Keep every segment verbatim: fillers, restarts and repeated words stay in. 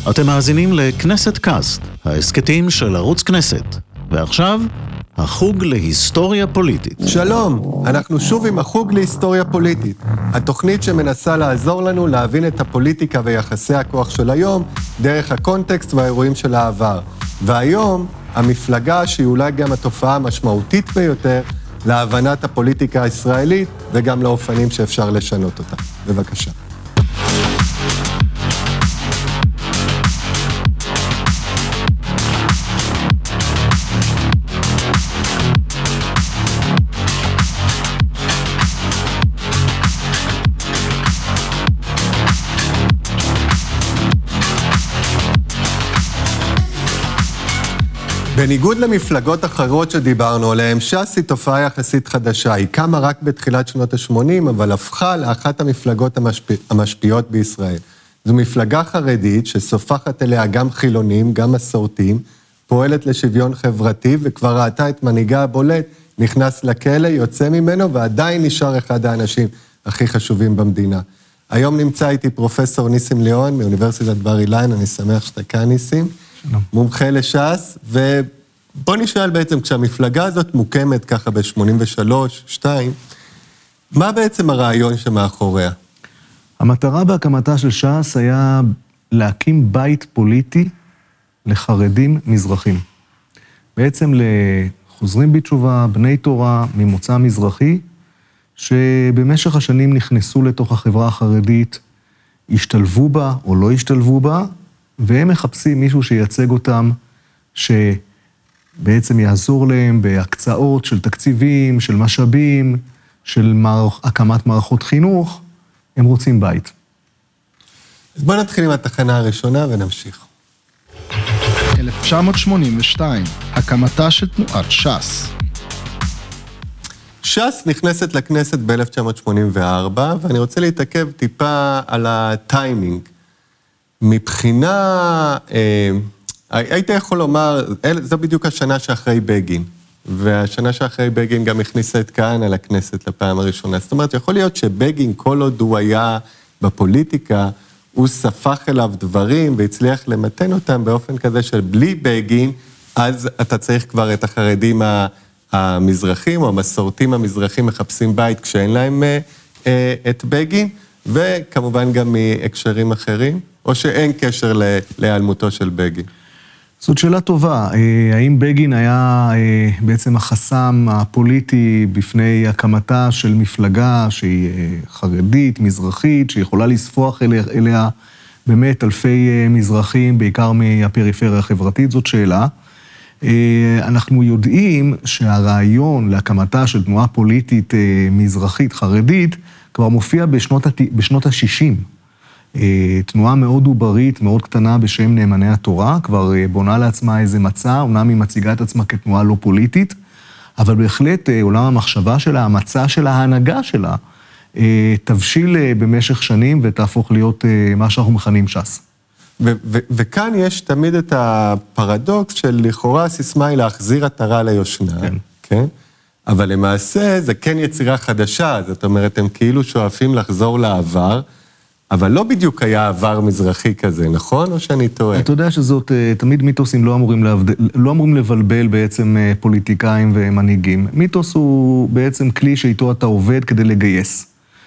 אתם מאזינים לכנסת קאסט, ההסכתים של ערוץ כנסת. ועכשיו, החוג להיסטוריה פוליטית. שלום, אנחנו שוב עם החוג להיסטוריה פוליטית. התוכנית שמנסה לעזור לנו להבין את הפוליטיקה ויחסי הכוח של היום, דרך הקונטקסט והאירועים של העבר. והיום, המפלגה שהיא אולי גם התופעה המשמעותית ביותר, להבנת הפוליטיקה הישראלית, וגם לאופנים שאפשר לשנות אותה. בבקשה. בניגוד למפלגות אחרות שדיברנו עליהן, ש"ס היא תופעה יחסית חדשה. היא קמה רק בתחילת שנות ה-שמונים, אבל הפכה לאחת המפלגות המשפיע, המשפיעות בישראל. זו מפלגה חרדית שסופחת אליה גם חילונים, גם מסורתיים, פועלת לשוויון חברתי, וכבר ראתה את מנהיגה הבולט, נכנס לכלא, יוצא ממנו, ועדיין נשאר אחד האנשים הכי חשובים במדינה. היום נמצא איתי פרופסור ניסים ליאון, מאוניברסיטת בר אילן, אני שמח שאתה כאן ניסים. מומחה לש"ס, ובוא נשאל בעצם, כשהמפלגה הזאת מוקמת ככה ב-שמונים ושלוש, שתיים, מה בעצם הרעיון שמאחוריה? המטרה בהקמתה של ש"ס היה להקים בית פוליטי לחרדים מזרחים. בעצם לחוזרים בתשובה, בני תורה, ממוצא מזרחי, שבמשך השנים נכנסו לתוך החברה החרדית, השתלבו בה או לא השתלבו בה, והם מחפשים מישהו שייצג אותם, שבעצם יעזור להם בהקצאות של תקציבים, של משאבים, של מערכ... הקמת מערכות חינוך, הם רוצים בית. אז בוא נתחיל עם התחנה הראשונה ונמשיך. אלף תשע מאות שמונים ושתיים, הקמתה של תנועת ש"ס. ש"ס נכנסת לכנסת ב-אלף תשע מאות שמונים וארבע, ואני רוצה להתעכב טיפה על הטיימינג. מבחינה, אה, היית יכול לומר, זו בדיוק השנה שאחרי בגין, והשנה שאחרי בגין גם הכניסה את כהנא לכנסת לפעם הראשונה. זאת אומרת, יכול להיות שבגין, כל עוד הוא היה בפוליטיקה, הוא ספח אליו דברים והצליח למתן אותם באופן כזה של בלי בגין, אז אתה צריך כבר את החרדים המזרחים, או המסורתים המזרחים מחפשים בית כשאין להם אה, אה, את בגין, וכמובן גם מהקשרים אחרים. או שאין קשר להיעלמותו של בגין? זאת שאלה טובה. האם בגין היה בעצם החסם הפוליטי בפני הקמתה של מפלגה שהיא חרדית, מזרחית, שיכולה לספוח אליה, אליה באמת אלפי מזרחים, בעיקר מהפריפריה החברתית? זאת שאלה. אנחנו יודעים שהרעיון להקמתה של תנועה פוליטית מזרחית חרדית כבר מופיע בשנות, בשנות ה-שישים. תנועה מאוד עוברית, מאוד קטנה בשם נאמני התורה, כבר בונה לעצמה איזה מצע, אומנם היא מציגה את עצמה כתנועה לא פוליטית, אבל בהחלט עולם המחשבה שלה, המצע שלה, ההנהגה שלה, תבשיל במשך שנים ותהפוך להיות מה שאנחנו מכנים ש"ס. ו- ו- וכאן יש תמיד את הפרדוקס של לכאורה הסיסמה היא להחזיר עטרה ליושנה, כן. כן? אבל למעשה זה כן יצירה חדשה, זאת אומרת, הם כאילו שואפים לחזור לעבר, אבל לא בדיוק היה עבר מזרחי כזה, נכון? או שאני טועה? אתה יודע שזאת, תמיד מיתוסים לא אמורים, להבד... לא אמורים לבלבל בעצם פוליטיקאים ומנהיגים. מיתוס הוא בעצם כלי שאיתו אתה עובד כדי לגייס.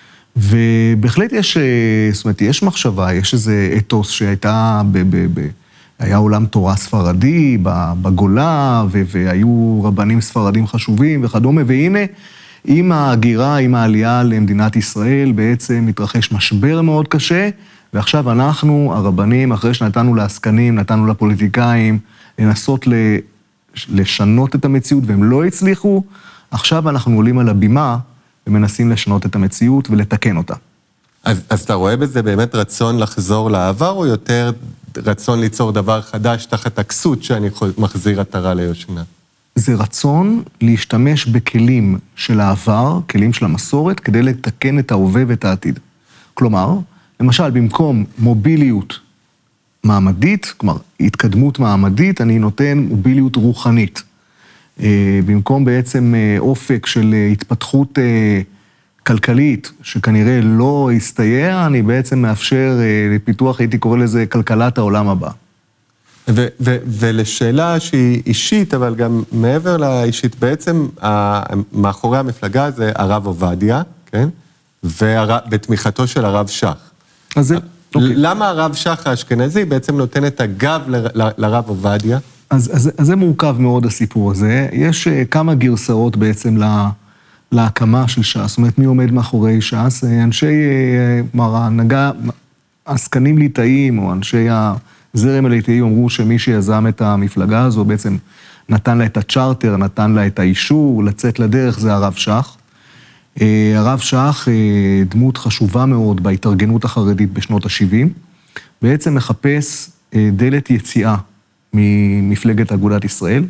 ובהחלט יש, זאת אומרת, יש מחשבה, יש איזה אתוס שהייתה, ב... ב... ב... היה עולם תורה ספרדי בגולה, ו... והיו רבנים ספרדים חשובים וכדומה, והנה, עם ההגירה, עם העלייה למדינת ישראל, בעצם מתרחש משבר מאוד קשה, ועכשיו אנחנו, הרבנים, אחרי שנתנו לעסקנים, נתנו לפוליטיקאים, לנסות לשנות את המציאות, והם לא הצליחו, עכשיו אנחנו עולים על הבימה, ומנסים לשנות את המציאות ולתקן אותה. אז, אז אתה רואה בזה באמת רצון לחזור לעבר, או יותר רצון ליצור דבר חדש, תחת הכסות שאני מחזיר עטרה ליושנה? זה רצון להשתמש בכלים של העבר, כלים של המסורת, כדי לתקן את ההווה ואת העתיד. כלומר, למשל, במקום מוביליות מעמדית, כלומר, התקדמות מעמדית, אני נותן מוביליות רוחנית. במקום בעצם אופק של התפתחות כלכלית, שכנראה לא הסתייע, אני בעצם מאפשר לפיתוח, הייתי קורא לזה כלכלת העולם הבא. ו- ו- ולשאלה שהיא אישית, אבל גם מעבר לאישית, בעצם מאחורי המפלגה זה הרב עובדיה, כן? ובתמיכתו של הרב שך. אז זה... אוקיי. למה הרב שך האשכנזי בעצם נותן את הגב ל- ל- לרב עובדיה? אז, אז, אז זה מורכב מאוד הסיפור הזה. יש כמה גרסאות בעצם לה, להקמה של ש"ס. זאת אומרת, מי עומד מאחורי ש"ס? אנשי, כלומר, ההנהגה, עסקנים ליטאים, או אנשי הזרם הליטאי, אמרו שמי שיזם את המפלגה הזו בעצם נתן לה את הצ'רטר, נתן לה את האישור, לצאת לדרך, זה הרב שך. הרב שך, דמות חשובה מאוד בהתארגנות החרדית בשנות ה-שבעים, בעצם מחפש דלת יציאה ממפלגת אגודת ישראל,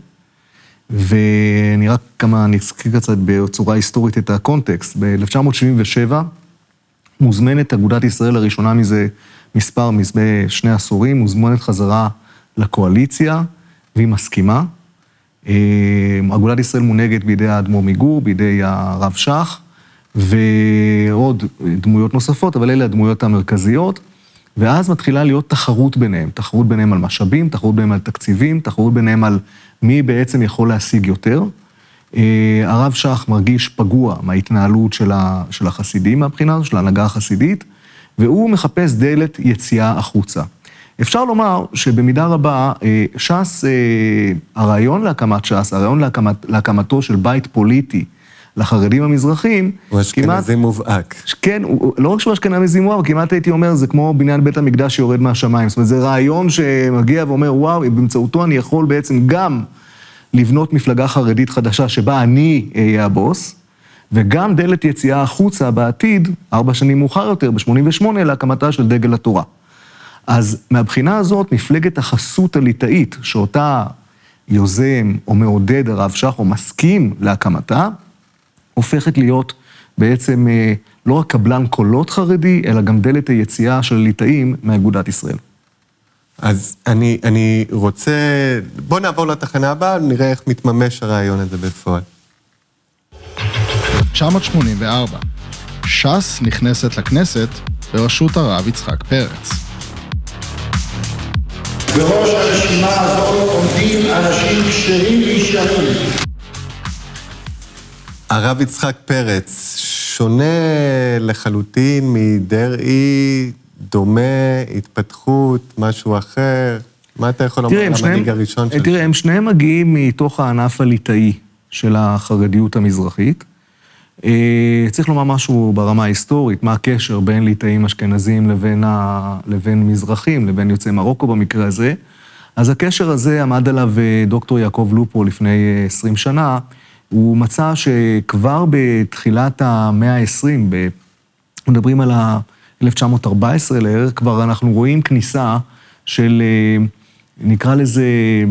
ואני רק כמה נזכיר קצת בצורה היסטורית את הקונטקסט. ב-אלף תשע מאות שבעים ושבע מוזמנת אגודת ישראל לראשונה מזה מספר, מזה שני עשורים, מוזמנת חזרה לקואליציה, והיא מסכימה. אגודת ישראל מונהגת בידי האדמו"ר מגור, בידי הרב שך, ועוד דמויות נוספות, אבל אלה הדמויות המרכזיות, ואז מתחילה להיות תחרות ביניהם, תחרות ביניהם על משאבים, תחרות ביניהם על תקציבים, תחרות ביניהם על מי בעצם יכול להשיג יותר. הרב שך מרגיש פגוע מההתנהלות של החסידים מהבחינה הזו, של ההנהגה החסידית, והוא מחפש דלת יציאה החוצה. אפשר לומר שבמידה רבה, ש"ס, הרעיון להקמת ש"ס, הרעיון להקמת, להקמתו של בית פוליטי לחרדים המזרחים, הוא אשכנזי מובהק. כן, הוא, לא רק שהוא אשכנזי מובהק, כמעט הייתי אומר, זה כמו בניין בית המקדש שיורד מהשמיים. זאת אומרת, זה רעיון שמגיע ואומר, וואו, באמצעותו אני יכול בעצם גם לבנות מפלגה חרדית חדשה שבה אני אהיה הבוס, וגם דלת יציאה החוצה בעתיד, ארבע שנים מאוחר יותר, ב-שמונים ושמונה, להקמתה של דגל התורה. אז מהבחינה הזאת, מפלגת החסות הליטאית, שאותה יוזם או מעודד הרב שך, או מסכים להקמתה, הופכת להיות בעצם לא רק קבלן קולות חרדי, אלא גם דלת היציאה של ליטאים מאגודת ישראל. אז אני, אני רוצה... בוא נעבור לתחנה הבאה, נראה איך מתממש הרעיון הזה בפועל. אלף תשע מאות שמונים וארבע. ש"ס נכנסת לכנסת בראשות הרב יצחק פרץ. בראש הרשימה הזאת עומדים אנשים כשרים וישרים. הרב יצחק פרץ, שונה לחלוטין מדרעי, דומה, התפתחות, משהו אחר. מה אתה יכול לומר על המנהיג הראשון של... תראה, הם שניהם מגיעים מתוך הענף הליטאי של החרדיות המזרחית. צריך לומר משהו ברמה ההיסטורית, מה הקשר בין ליטאים אשכנזים לבין, ה... לבין מזרחים, לבין יוצאי מרוקו במקרה הזה. אז הקשר הזה עמד עליו דוקטור יעקב לופו לפני עשרים שנה, הוא מצא שכבר בתחילת המאה ה-עשרים, מדברים על ה-אלף תשע מאות ארבע עשרה לערך, כבר אנחנו רואים כניסה של, נקרא לזה,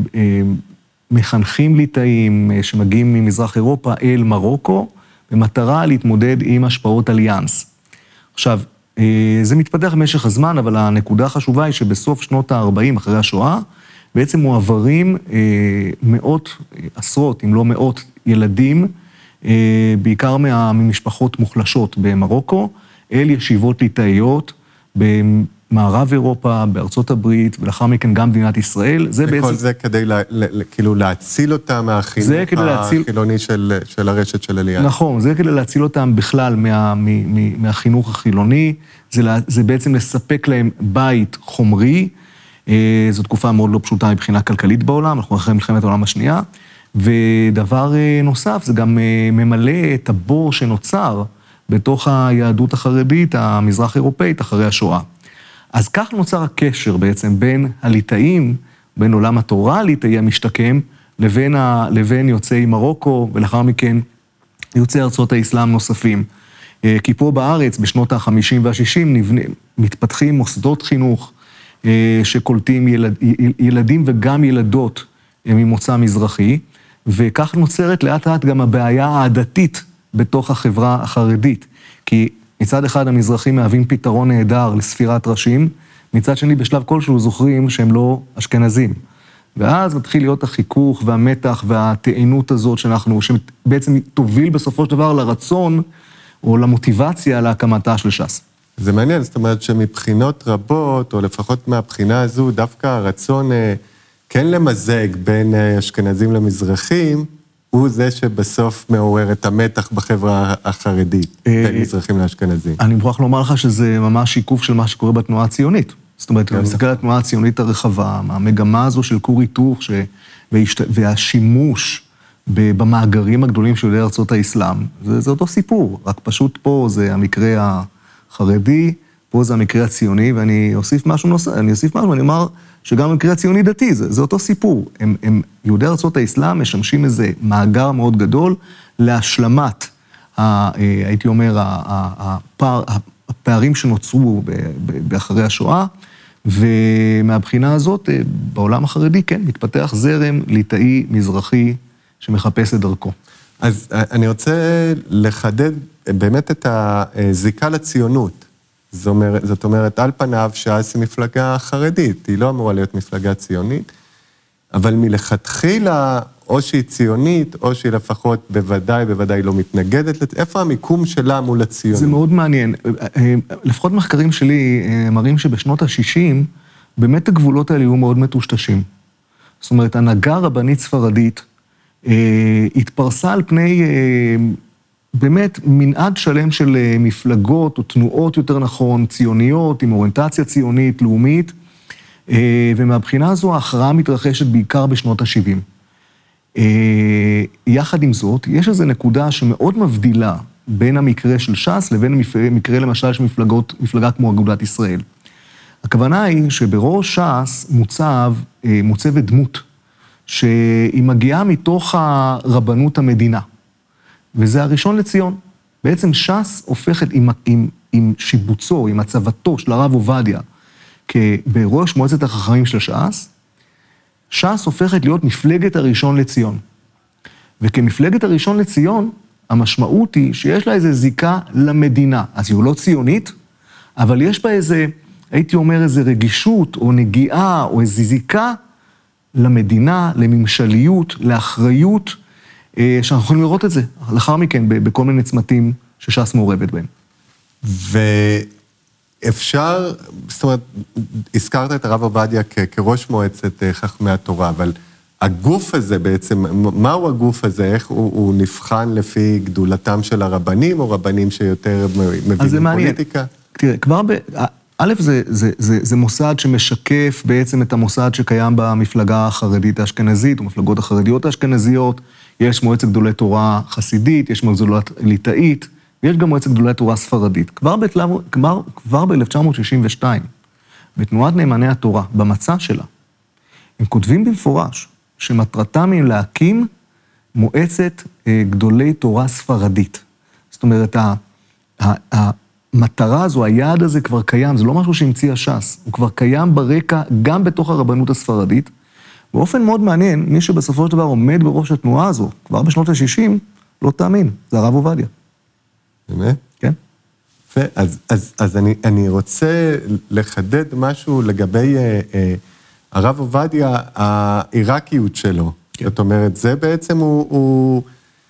מחנכים ליטאים שמגיעים ממזרח אירופה אל מרוקו, במטרה להתמודד עם השפעות אליאנס. עכשיו, זה מתפתח במשך הזמן, אבל הנקודה החשובה היא שבסוף שנות ה-ארבעים, אחרי השואה, בעצם מועברים מאות, עשרות, אם לא מאות, ילדים, בעיקר ממשפחות מוחלשות במרוקו, אל ישיבות ליטאיות במערב אירופה, בארצות הברית, ולאחר מכן גם מדינת ישראל. זה וכל בעצם... זה כדי לה, כאילו להציל אותם מהחינוך להציל... החילוני של, של הרשת של אליעד. נכון, זה כדי להציל אותם בכלל מה, מ, מ, מהחינוך החילוני, זה, זה בעצם לספק להם בית חומרי, זו תקופה מאוד לא פשוטה מבחינה כלכלית בעולם, אנחנו אחרי מלחמת העולם השנייה, ודבר נוסף, זה גם ממלא את הבור שנוצר בתוך היהדות החרדית, המזרח אירופאית, אחרי השואה. אז כך נוצר הקשר בעצם בין הליטאים, בין עולם התורה הליטאי המשתקם, לבין, ה, לבין יוצאי מרוקו, ולאחר מכן יוצאי ארצות האסלאם נוספים. כי פה בארץ, בשנות ה-חמישים וה-שישים, מתפתחים מוסדות חינוך, שקולטים ילד, ילדים וגם ילדות ממוצא מזרחי, וכך נוצרת לאט לאט גם הבעיה העדתית בתוך החברה החרדית. כי מצד אחד המזרחים מהווים פתרון נהדר לספירת ראשים, מצד שני בשלב כלשהו זוכרים שהם לא אשכנזים. ואז מתחיל להיות החיכוך והמתח והתאינות הזאת שאנחנו, שבעצם תוביל בסופו של דבר לרצון או למוטיבציה להקמתה של ש"ס. זה מעניין, זאת אומרת שמבחינות רבות, או לפחות מהבחינה הזו, דווקא הרצון כן למזג בין אשכנזים למזרחים, הוא זה שבסוף מעורר את המתח בחברה החרדית, בין מזרחים לאשכנזים. אני מוכרח לומר לך שזה ממש שיקוף של מה שקורה בתנועה הציונית. זאת אומרת, אני מסתכל על התנועה הציונית הרחבה, המגמה הזו של כור היתוך, והשימוש במאגרים הגדולים של יהודי ארצות האסלאם, זה אותו סיפור, רק פשוט פה זה המקרה החרדי, פה זה המקרה הציוני, ואני אוסיף משהו נוסף, אני אוסיף משהו, אני אומר שגם המקרה הציוני דתי, זה, זה אותו סיפור. הם, הם, יהודי ארצות האסלאם משמשים איזה מאגר מאוד גדול להשלמת, ה, הייתי אומר, הפער, הפערים שנוצרו באחרי השואה, ומהבחינה הזאת, בעולם החרדי, כן, מתפתח זרם ליטאי מזרחי שמחפש את דרכו. אז אני רוצה לחדד באמת את הזיקה לציונות. זאת אומרת, זאת אומרת, על פניו ש"ס היא מפלגה חרדית, היא לא אמורה להיות מפלגה ציונית, אבל מלכתחילה, או שהיא ציונית, או שהיא לפחות בוודאי, בוודאי לא מתנגדת, איפה המיקום שלה מול הציונות? זה מאוד מעניין. לפחות מחקרים שלי מראים שבשנות ה-שישים, באמת הגבולות האלה היו מאוד מטושטשים. זאת אומרת, הנהגה רבנית ספרדית התפרסה על פני באמת מנעד שלם של מפלגות או תנועות יותר נכון, ציוניות, עם אוריינטציה ציונית, לאומית, ומהבחינה הזו ההכרעה מתרחשת בעיקר בשנות ה-שבעים. יחד עם זאת, יש איזו נקודה שמאוד מבדילה בין המקרה של ש"ס לבין המקרה למשל של מפלגות, מפלגה כמו אגודת ישראל. הכוונה היא שבראש ש"ס מוצב, מוצבת דמות, שהיא מגיעה מתוך הרבנות המדינה, וזה הראשון לציון. בעצם ש"ס הופכת עם, עם, עם שיבוצו, עם הצבתו של הרב עובדיה, כבראש מועצת החכמים של ש"ס, ש"ס הופכת להיות מפלגת הראשון לציון. וכמפלגת הראשון לציון, המשמעות היא שיש לה איזו זיקה למדינה. אז היא לא ציונית, אבל יש בה איזה, הייתי אומר, איזו רגישות או נגיעה או איזו זיקה למדינה, לממשליות, לאחריות, שאנחנו יכולים לראות את זה לאחר מכן בכל מיני צמתים שש"ס מעורבת בהם. ואפשר, זאת אומרת, הזכרת את הרב עובדיה כראש מועצת חכמי התורה, אבל הגוף הזה בעצם, מהו הגוף הזה? איך הוא, הוא נבחן לפי גדולתם של הרבנים, או רבנים שיותר מבינים פוליטיקה? תראה, כבר ב... א', זה, זה, זה, זה מוסד שמשקף בעצם את המוסד שקיים במפלגה החרדית האשכנזית, או מפלגות החרדיות האשכנזיות. יש מועצת גדולי תורה חסידית, יש מועצת גדולי ליטאית, ויש גם מועצת גדולי תורה ספרדית. כבר, בתלב, כבר, כבר ב-אלף תשע מאות שישים ושתיים, בתנועת נאמני התורה, במצע שלה, הם כותבים במפורש שמטרתם היא להקים מועצת גדולי תורה ספרדית. זאת אומרת, ה, ה, ה, המטרה הזו, היעד הזה כבר קיים, זה לא משהו שהמציא הש"ס, הוא כבר קיים ברקע גם בתוך הרבנות הספרדית. באופן מאוד מעניין, מי שבסופו של דבר עומד בראש התנועה הזו, כבר בשנות ה-שישים, לא תאמין, זה הרב עובדיה. באמת? כן. אז, אז, אז אני, אני רוצה לחדד משהו לגבי אה, אה, הרב עובדיה, העיראקיות שלו. כן. זאת אומרת, זה בעצם הוא... הוא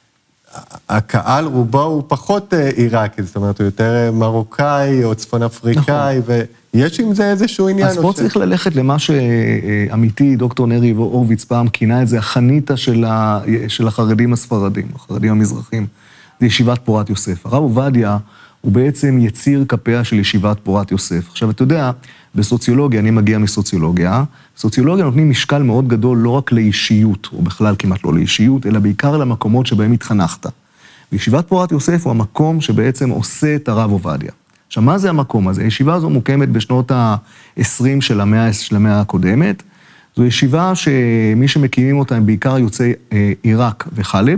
הקהל רובו הוא פחות עיראקי, זאת אומרת, הוא יותר מרוקאי או צפון אפריקאי, נכון. ויש עם זה איזשהו עניין. אז פה ש... צריך ללכת למה שאמיתי, דוקטור נרי הורוביץ פעם כינה את זה, החניתה של, ה... של החרדים הספרדים, החרדים המזרחים, זה ישיבת פורת יוסף. הרב עובדיה הוא בעצם יציר כפיה של ישיבת פורת יוסף. עכשיו, אתה יודע, בסוציולוגיה, אני מגיע מסוציולוגיה, סוציולוגיה נותנים משקל מאוד גדול לא רק לאישיות, או בכלל כמעט לא לאישיות, אלא בעיקר למקומות שבהם התחנכת. וישיבת פורת יוסף הוא המקום שבעצם עושה את הרב עובדיה. עכשיו, מה זה המקום הזה? הישיבה הזו מוקמת בשנות ה-עשרים של המאה, של המאה הקודמת. זו ישיבה שמי שמקימים אותה הם בעיקר יוצאי עיראק וחלב,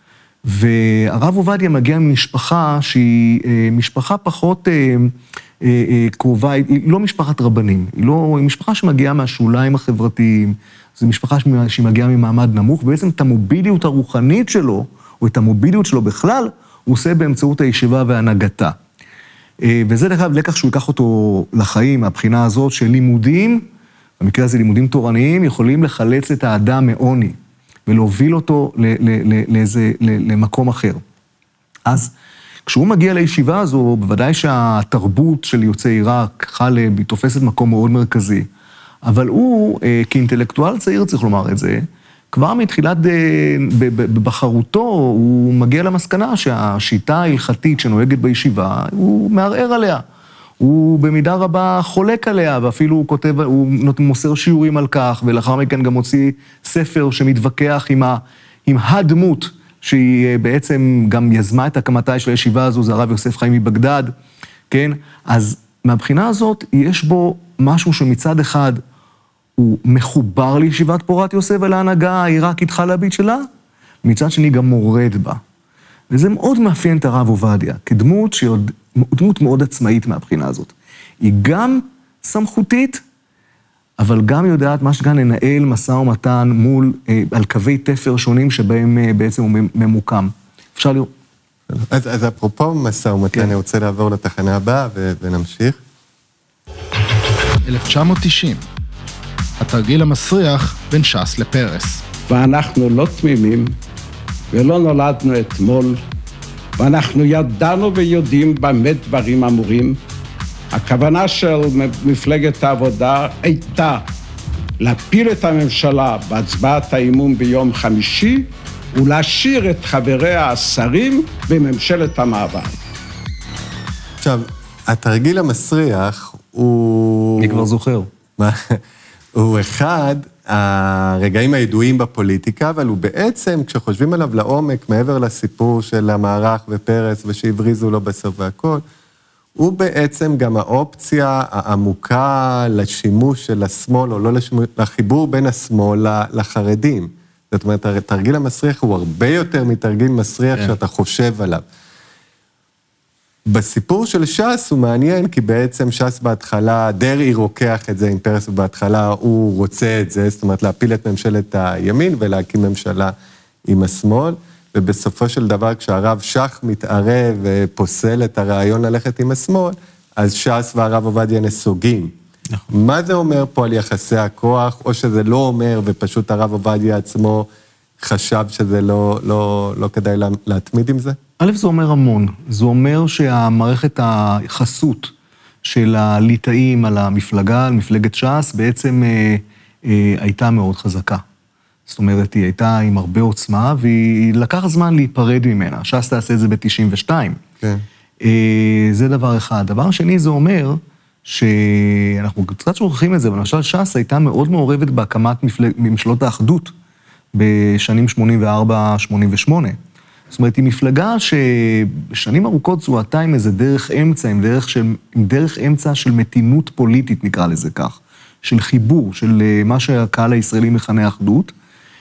והרב עובדיה מגיע ממשפחה שהיא משפחה פחות קרובה, היא לא משפחת רבנים, היא לא, היא משפחה שמגיעה מהשוליים החברתיים, זו משפחה שמגיעה ממעמד נמוך, ובעצם את המוביליות הרוחנית שלו, או את המוביליות שלו בכלל, הוא עושה באמצעות הישיבה והנהגתה. וזה דרך לקח שהוא ייקח אותו לחיים, מהבחינה הזאת של לימודים, במקרה הזה לימודים תורניים, יכולים לחלץ את האדם מעוני. ולהוביל אותו לאיזה, למקום אחר. אז כשהוא מגיע לישיבה הזו, בוודאי שהתרבות של יוצאי עיראק חלב, תופסת מקום מאוד מרכזי. אבל הוא, כאינטלקטואל צעיר, צריך לומר את זה, כבר מתחילת בחרותו, הוא מגיע למסקנה שהשיטה ההלכתית שנוהגת בישיבה, הוא מערער עליה. הוא במידה רבה חולק עליה, ואפילו הוא כותב, הוא מוסר שיעורים על כך, ולאחר מכן גם הוציא ספר שמתווכח עם, ה, עם הדמות, שהיא בעצם גם יזמה את הקמתה של הישיבה הזו, זה הרב יוסף חיים מבגדד, כן? אז מהבחינה הזאת, יש בו משהו שמצד אחד, הוא מחובר לישיבת פורת יוסף ולהנהגה העיראקית חלבית שלה, מצד שני גם מורד בה. וזה מאוד מאפיין את הרב עובדיה, כדמות שהיא דמות מאוד עצמאית מהבחינה הזאת. היא גם סמכותית, אבל גם יודעת מה שגם לנהל משא ומתן מול, אה, על קווי תפר שונים שבהם אה, בעצם הוא ממוקם. אפשר לראות. אז, אז אפרופו משא ומתן, כן. אני רוצה לעבור לתחנה הבאה ו- ונמשיך. אלף תשע מאות תשעים, התרגיל המסריח בין ש"ס לפרס. ואנחנו לא תמימים, ולא נולדנו אתמול, ואנחנו ידענו ויודעים במה דברים אמורים. הכוונה של מפלגת העבודה הייתה להפיל את הממשלה בהצבעת האימון ביום חמישי, ולהשאיר את חבריה השרים בממשלת המעבר. עכשיו, התרגיל המסריח הוא... אני כבר זוכר. הוא אחד הרגעים הידועים בפוליטיקה, אבל הוא בעצם, כשחושבים עליו לעומק, מעבר לסיפור של המערך ופרס, ושהבריזו לו בסוף והכל, הוא בעצם גם האופציה העמוקה לשימוש של השמאל, או לא לשימוש, לחיבור בין השמאל לחרדים. זאת אומרת, התרגיל המסריח הוא הרבה יותר מתרגיל מסריח yeah. שאתה חושב עליו. בסיפור של ש"ס הוא מעניין, כי בעצם ש"ס בהתחלה, דרעי רוקח את זה עם פרס, ובהתחלה הוא רוצה את זה, זאת אומרת, להפיל את ממשלת הימין ולהקים ממשלה עם השמאל, ובסופו של דבר, כשהרב שך מתערב ופוסל את הרעיון ללכת עם השמאל, אז ש"ס והרב עובדיה נסוגים. נכון. מה זה אומר פה על יחסי הכוח, או שזה לא אומר, ופשוט הרב עובדיה עצמו חשב שזה לא, לא, לא כדאי להתמיד עם זה? א', זה אומר המון. זה אומר שהמערכת החסות של הליטאים על המפלגה, על מפלגת ש"ס, בעצם אה, אה, הייתה מאוד חזקה. זאת אומרת, היא הייתה עם הרבה עוצמה, והיא לקח זמן להיפרד ממנה. ש"ס תעשה את זה ב-תשעים ושתיים. כן. אה, זה דבר אחד. דבר שני, זה אומר שאנחנו קצת שוכחים את זה, אבל למשל ש"ס הייתה מאוד מעורבת בהקמת מפלג... ממשלות האחדות בשנים שמונים וארבע שמונים ושמונה. זאת אומרת, היא מפלגה שבשנים ארוכות זוהתה עם איזה דרך אמצע, עם דרך, של, עם דרך אמצע של מתינות פוליטית, נקרא לזה כך, של חיבור, של מה שהקהל הישראלי מכנה אחדות,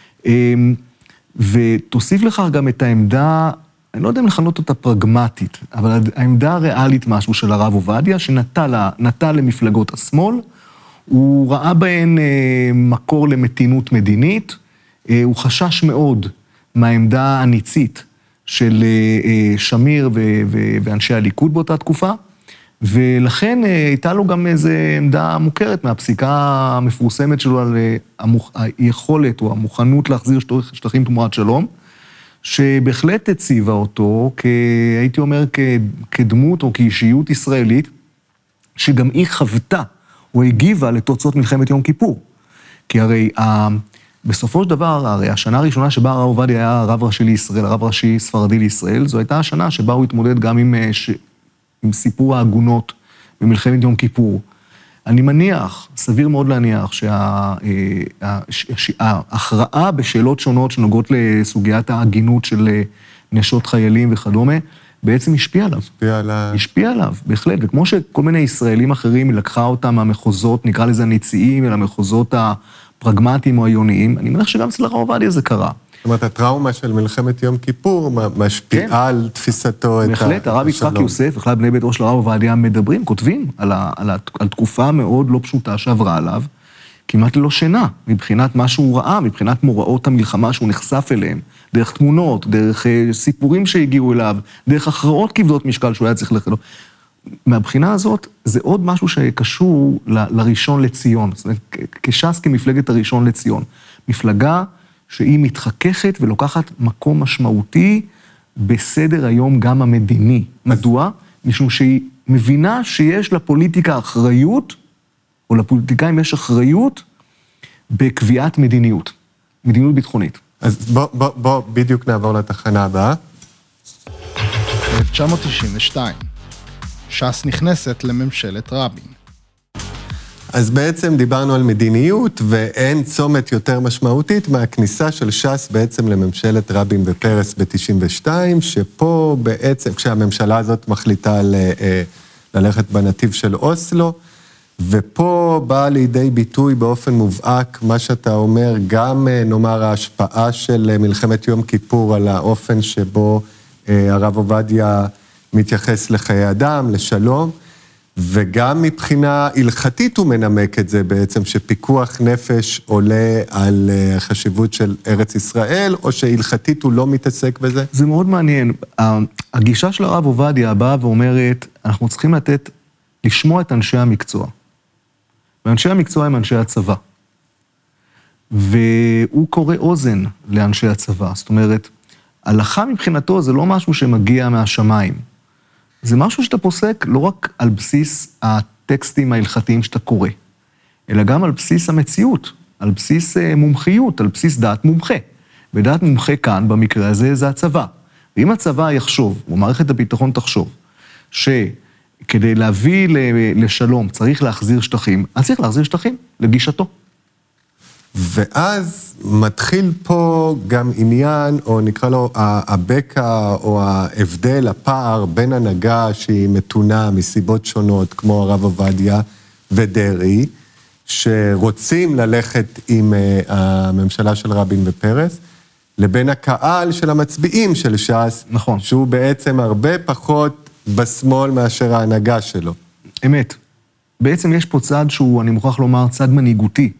ותוסיף לך גם את העמדה, אני לא יודע אם לכנות אותה פרגמטית, אבל העמדה הריאלית משהו של הרב עובדיה, שנטה למפלגות השמאל, הוא ראה בהן מקור למתינות מדינית, הוא חשש מאוד מהעמדה הניצית של שמיר ואנשי הליכוד באותה תקופה, ולכן הייתה לו גם איזו עמדה מוכרת מהפסיקה המפורסמת שלו על היכולת או המוכנות להחזיר שטחים תמורת שלום, שבהחלט הציבה אותו, הייתי אומר, כדמות או כאישיות ישראלית, שגם היא חוותה או הגיבה לתוצאות מלחמת יום כיפור. כי הרי בסופו של דבר, הרי השנה הראשונה שבה הרב עובדיה היה הרב ראשי לישראל, הרב ראשי ספרדי לישראל, זו הייתה השנה שבה הוא התמודד גם עם, עם סיפור העגונות במלחמת יום כיפור. אני מניח, סביר מאוד להניח, שההכרעה בשאלות שונות שנוגעות לסוגיית ההגינות של נשות חיילים וכדומה, בעצם השפיע עליו. השפיע עליו. השפיע עליו, בהחלט. וכמו שכל מיני ישראלים אחרים, היא לקחה אותם מהמחוזות, נקרא לזה הנציים, אל המחוזות הפרגמטיים או היוניים, אני מניח שגם אצל הרב עובדיה זה קרה. זאת אומרת, הטראומה של מלחמת יום כיפור משפיעה כן. על תפיסתו את השלום. בהחלט, הרב יצחק יוסף, בכלל בני ביתו של הרב עובדיה מדברים, כותבים על, ה, על, ה, על תקופה מאוד לא פשוטה שעברה עליו, כמעט ללא שינה, מבחינת מה שהוא ראה, מבחינת מוראות המלחמה שהוא נחשף אליהם, דרך תמונות, דרך סיפורים שהגיעו אליו, דרך הכרעות כבדות משקל שהוא היה צריך לחלו. מהבחינה הזאת, זה עוד משהו שקשור ל, לראשון לציון, זאת אומרת, כש"ס כמפלגת הראשון לציון. מפלגה שהיא מתחככת ולוקחת מקום משמעותי בסדר היום גם המדיני. מדוע? משום שהיא מבינה שיש לפוליטיקה אחריות, או לפוליטיקאים יש אחריות, בקביעת מדיניות, מדיניות ביטחונית. אז בוא, בוא, בוא בדיוק נעבור לתחנה הבאה. אלף תשע מאות תשעים ושתיים, ש"ס נכנסת לממשלת רבין. אז בעצם דיברנו על מדיניות, ואין צומת יותר משמעותית מהכניסה של ש"ס בעצם לממשלת רבין ופרס ב-תשעים ושתיים, שפה בעצם, כשהממשלה הזאת מחליטה ל, ללכת בנתיב של אוסלו, ופה בא לידי ביטוי באופן מובהק, מה שאתה אומר, גם נאמר ההשפעה של מלחמת יום כיפור על האופן שבו הרב עובדיה מתייחס לחיי אדם, לשלום, וגם מבחינה הלכתית הוא מנמק את זה בעצם, שפיקוח נפש עולה על החשיבות של ארץ ישראל, או שהלכתית הוא לא מתעסק בזה? זה מאוד מעניין. הגישה של הרב עובדיה באה ואומרת, אנחנו צריכים לתת, לשמוע את אנשי המקצוע. ואנשי המקצוע הם אנשי הצבא. והוא קורא אוזן לאנשי הצבא. זאת אומרת, הלכה מבחינתו זה לא משהו שמגיע מהשמיים. זה משהו שאתה פוסק לא רק על בסיס הטקסטים ההלכתיים שאתה קורא, אלא גם על בסיס המציאות, על בסיס מומחיות, על בסיס דעת מומחה. ודעת מומחה כאן, במקרה הזה, זה הצבא. ואם הצבא יחשוב, או מערכת הביטחון תחשוב, שכדי להביא לשלום צריך להחזיר שטחים, אז צריך להחזיר שטחים לגישתו. ואז מתחיל פה גם עניין, או נקרא לו הבקע, או ההבדל, הפער בין הנהגה שהיא מתונה מסיבות שונות, כמו הרב עובדיה ודרעי, שרוצים ללכת עם הממשלה של רבין ופרס, לבין הקהל של המצביעים של ש"ס, נכון. שהוא בעצם הרבה פחות בשמאל מאשר ההנהגה שלו. אמת. בעצם יש פה צד שהוא, אני מוכרח לומר, צד מנהיגותי.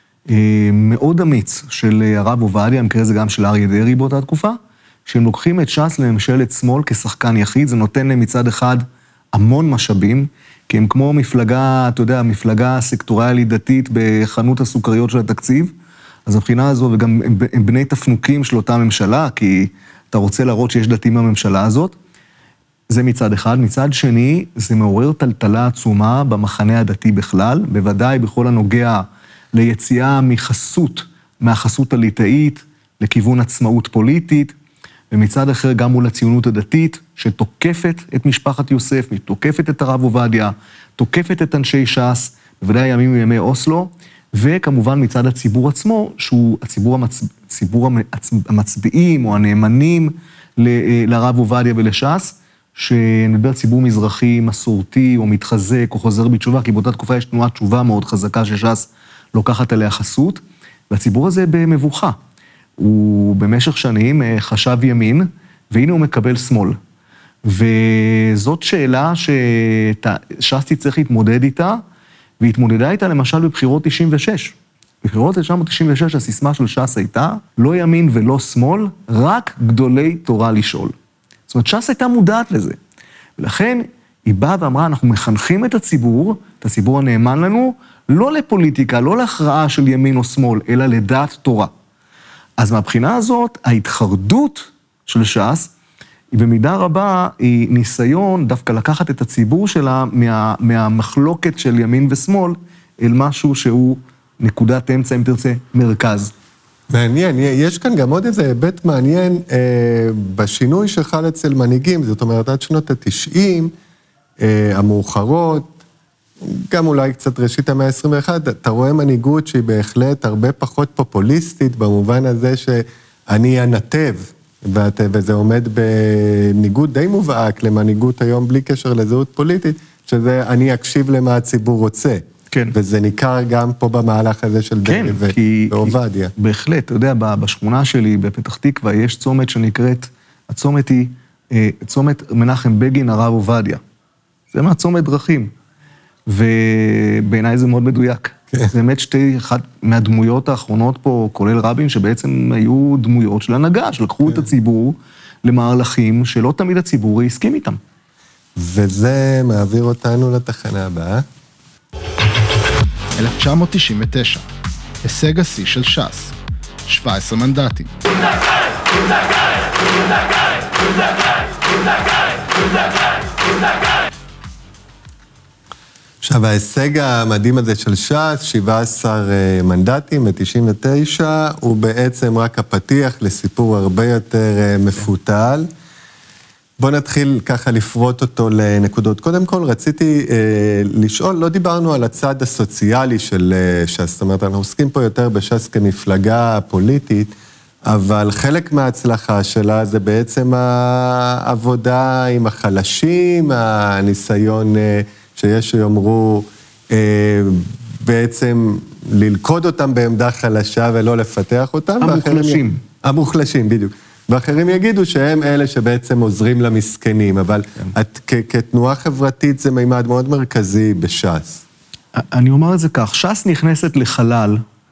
מאוד אמיץ של הרב עובדיה, המקרה זה גם של אריה דרעי באותה תקופה, שהם לוקחים את ש"ס לממשלת שמאל כשחקן יחיד, זה נותן להם מצד אחד המון משאבים, כי הם כמו מפלגה, אתה יודע, מפלגה סקטוריאלית דתית בחנות הסוכריות של התקציב, אז הבחינה הזו, וגם הם בני תפנוקים של אותה ממשלה, כי אתה רוצה להראות שיש דתיים בממשלה הזאת, זה מצד אחד. מצד שני, זה מעורר טלטלה עצומה במחנה הדתי בכלל, בוודאי בכל הנוגע ליציאה מחסות, מהחסות הליטאית, לכיוון עצמאות פוליטית, ומצד אחר גם מול הציונות הדתית, שתוקפת את משפחת יוסף, תוקפת את הרב עובדיה, תוקפת את אנשי ש"ס, בוודאי ימים וימי אוסלו, וכמובן מצד הציבור עצמו, שהוא הציבור, המצ... הציבור המצביעים או הנאמנים ל... לרב עובדיה ולש"ס, שנדבר ציבור מזרחי, מסורתי או מתחזק או חוזר בתשובה, כי באותה תקופה יש תנועת תשובה מאוד חזקה שש"ס לוקחת עליה חסות, והציבור הזה במבוכה. הוא במשך שנים חשב ימין, והנה הוא מקבל שמאל. וזאת שאלה שש"ס תצטרך להתמודד איתה, והתמודדה איתה למשל בבחירות תשעים ושש. בבחירות תשע מאות תשעים ושש הסיסמה של ש"ס הייתה, לא ימין ולא שמאל, רק גדולי תורה לשאול. זאת אומרת, ש"ס הייתה מודעת לזה. ולכן היא באה ואמרה, אנחנו מחנכים את הציבור, את הציבור הנאמן לנו, לא לפוליטיקה, לא להכרעה של ימין או שמאל, אלא לדעת תורה. אז מהבחינה הזאת, ההתחרדות של ש"ס, היא במידה רבה, היא ניסיון דווקא לקחת את הציבור שלה מה, מהמחלוקת של ימין ושמאל, אל משהו שהוא נקודת אמצע, אם תרצה, מרכז. מעניין, יש כאן גם עוד איזה היבט מעניין אה, בשינוי שחל אצל מנהיגים, זאת אומרת, עד שנות התשעים, אה, המאוחרות, גם אולי קצת ראשית המאה ה-עשרים ואחת, אתה רואה מנהיגות שהיא בהחלט הרבה פחות פופוליסטית, במובן הזה שאני הנתב, וזה עומד בניגוד די מובהק למנהיגות היום, בלי קשר לזהות פוליטית, שזה אני אקשיב למה הציבור רוצה. כן. וזה ניכר גם פה במהלך הזה של כן, דרעי כי, ועובדיה. כי בהחלט, אתה יודע, בשכונה שלי, בפתח תקווה, יש צומת שנקראת, הצומת היא, צומת מנחם בגין הרב עובדיה. זה מהצומת דרכים. ובעיניי זה מאוד מדויק. כן. זה באמת שתי, אחת מהדמויות האחרונות פה, כולל רבין, שבעצם היו דמויות של הנהגה, שלקחו כן. את הציבור למהלכים שלא תמיד הציבור הסכים איתם. וזה מעביר אותנו לתחנה הבאה. אלף תשע מאות תשעים ותשע, הישג השיא של ש"ס, שבעה עשר מנדטים. עכשיו, ההישג המדהים הזה של ש"ס, שבעה עשר מנדטים ב-תשעים ותשע, הוא בעצם רק הפתיח לסיפור הרבה יותר מפותל. בואו נתחיל ככה לפרוט אותו לנקודות. קודם כל, רציתי אה, לשאול, לא דיברנו על הצד הסוציאלי של ש"ס, זאת אומרת, אנחנו עוסקים פה יותר בש"ס כמפלגה פוליטית, אבל חלק מההצלחה שלה זה בעצם העבודה עם החלשים, הניסיון אה, שיש שיאמרו אה, בעצם ללכוד אותם בעמדה חלשה ולא לפתח אותם. המוחלשים. המוחלשים, בדיוק. ואחרים יגידו שהם אלה שבעצם עוזרים למסכנים, אבל את, כ- כתנועה חברתית זה מימד מאוד מרכזי בש"ס. אני אומר את זה כך, ש"ס נכנסת לחלל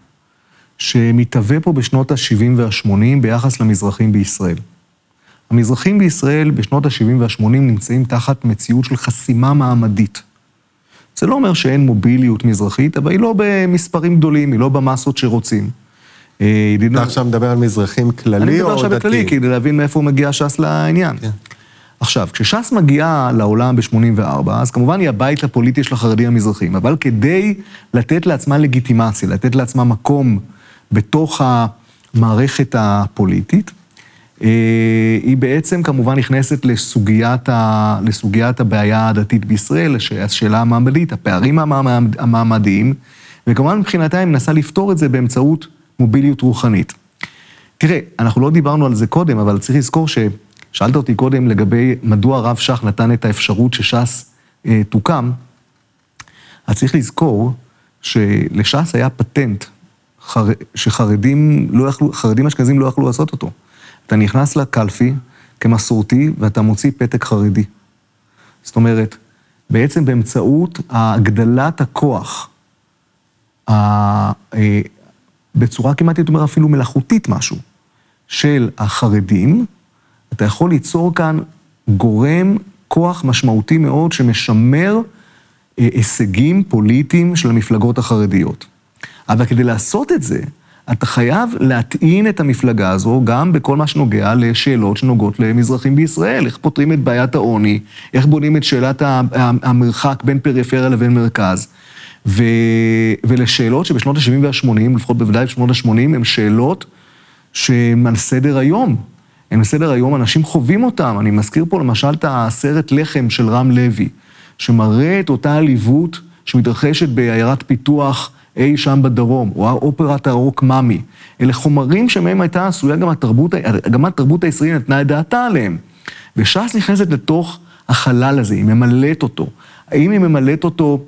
שמתהווה פה בשנות ה-שבעים וה-שמונים ביחס למזרחים בישראל. המזרחים בישראל בשנות ה-שבעים וה-שמונים נמצאים תחת מציאות של חסימה מעמדית. זה לא אומר שאין מוביליות מזרחית, אבל היא לא במספרים גדולים, היא לא במסות שרוצים. אתה עכשיו מדבר על מזרחים כללי או דתי? אני מדבר עכשיו בכללי, כדי להבין מאיפה מגיע ש"ס לעניין. עכשיו, כשש"ס מגיעה לעולם ב-שמונים וארבע, אז כמובן היא הבית הפוליטי של החרדים המזרחים, אבל כדי לתת לעצמה לגיטימציה, לתת לעצמה מקום בתוך המערכת הפוליטית, היא בעצם כמובן נכנסת לסוגיית, ה... לסוגיית הבעיה הדתית בישראל, השאלה המעמדית, הפערים המעמדיים, וכמובן מבחינתה היא מנסה לפתור את זה באמצעות מוביליות רוחנית. תראה, אנחנו לא דיברנו על זה קודם, אבל צריך לזכור ששאלת אותי קודם לגבי מדוע הרב שך נתן את האפשרות שש"ס אה, תוקם, אז צריך לזכור שלש"ס היה פטנט חר... שחרדים לא יכלו, חרדים אשכנזים לא יכלו לעשות אותו. אתה נכנס לקלפי כמסורתי ואתה מוציא פתק חרדי. זאת אומרת, בעצם באמצעות הגדלת הכוח, ה... אה, בצורה כמעט, הייתי אומר, אפילו מלאכותית משהו, של החרדים, אתה יכול ליצור כאן גורם כוח משמעותי מאוד שמשמר אה, הישגים פוליטיים של המפלגות החרדיות. אבל כדי לעשות את זה, אתה חייב להטעין את המפלגה הזו גם בכל מה שנוגע לשאלות שנוגעות למזרחים בישראל, איך פותרים את בעיית העוני, איך בונים את שאלת המרחק בין פריפריה לבין מרכז, ו... ולשאלות שבשנות ה-שבעים וה-שמונים, לפחות בוודאי בשנות ה-שמונים, הן שאלות שהן על סדר היום. הן על סדר היום, אנשים חווים אותם. אני מזכיר פה למשל את הסרט לחם של רם לוי, שמראה את אותה עליבות שמתרחשת בעיירת פיתוח אי שם בדרום, או האופרת הרוק ממי. אלה חומרים שמהם הייתה עשויה גם התרבות, גם התרבות הישראלית נתנה את דעתה עליהם. וש"ס נכנסת לתוך החלל הזה, היא ממלאת אותו. האם היא ממלאת אותו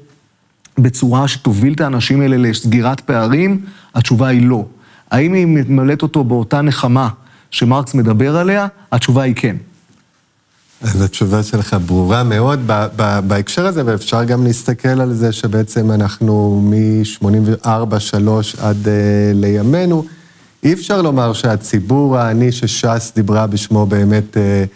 בצורה שתוביל את האנשים האלה לסגירת פערים? התשובה היא לא. האם היא ממלאת אותו באותה נחמה שמרקס מדבר עליה? התשובה היא כן. אז התשובה שלך ברורה מאוד בהקשר הזה, ואפשר גם להסתכל על זה שבעצם אנחנו מ-שמונים וארבע שלוש עד לימינו, אי אפשר לומר שהציבור העני שש"ס דיברה בשמו באמת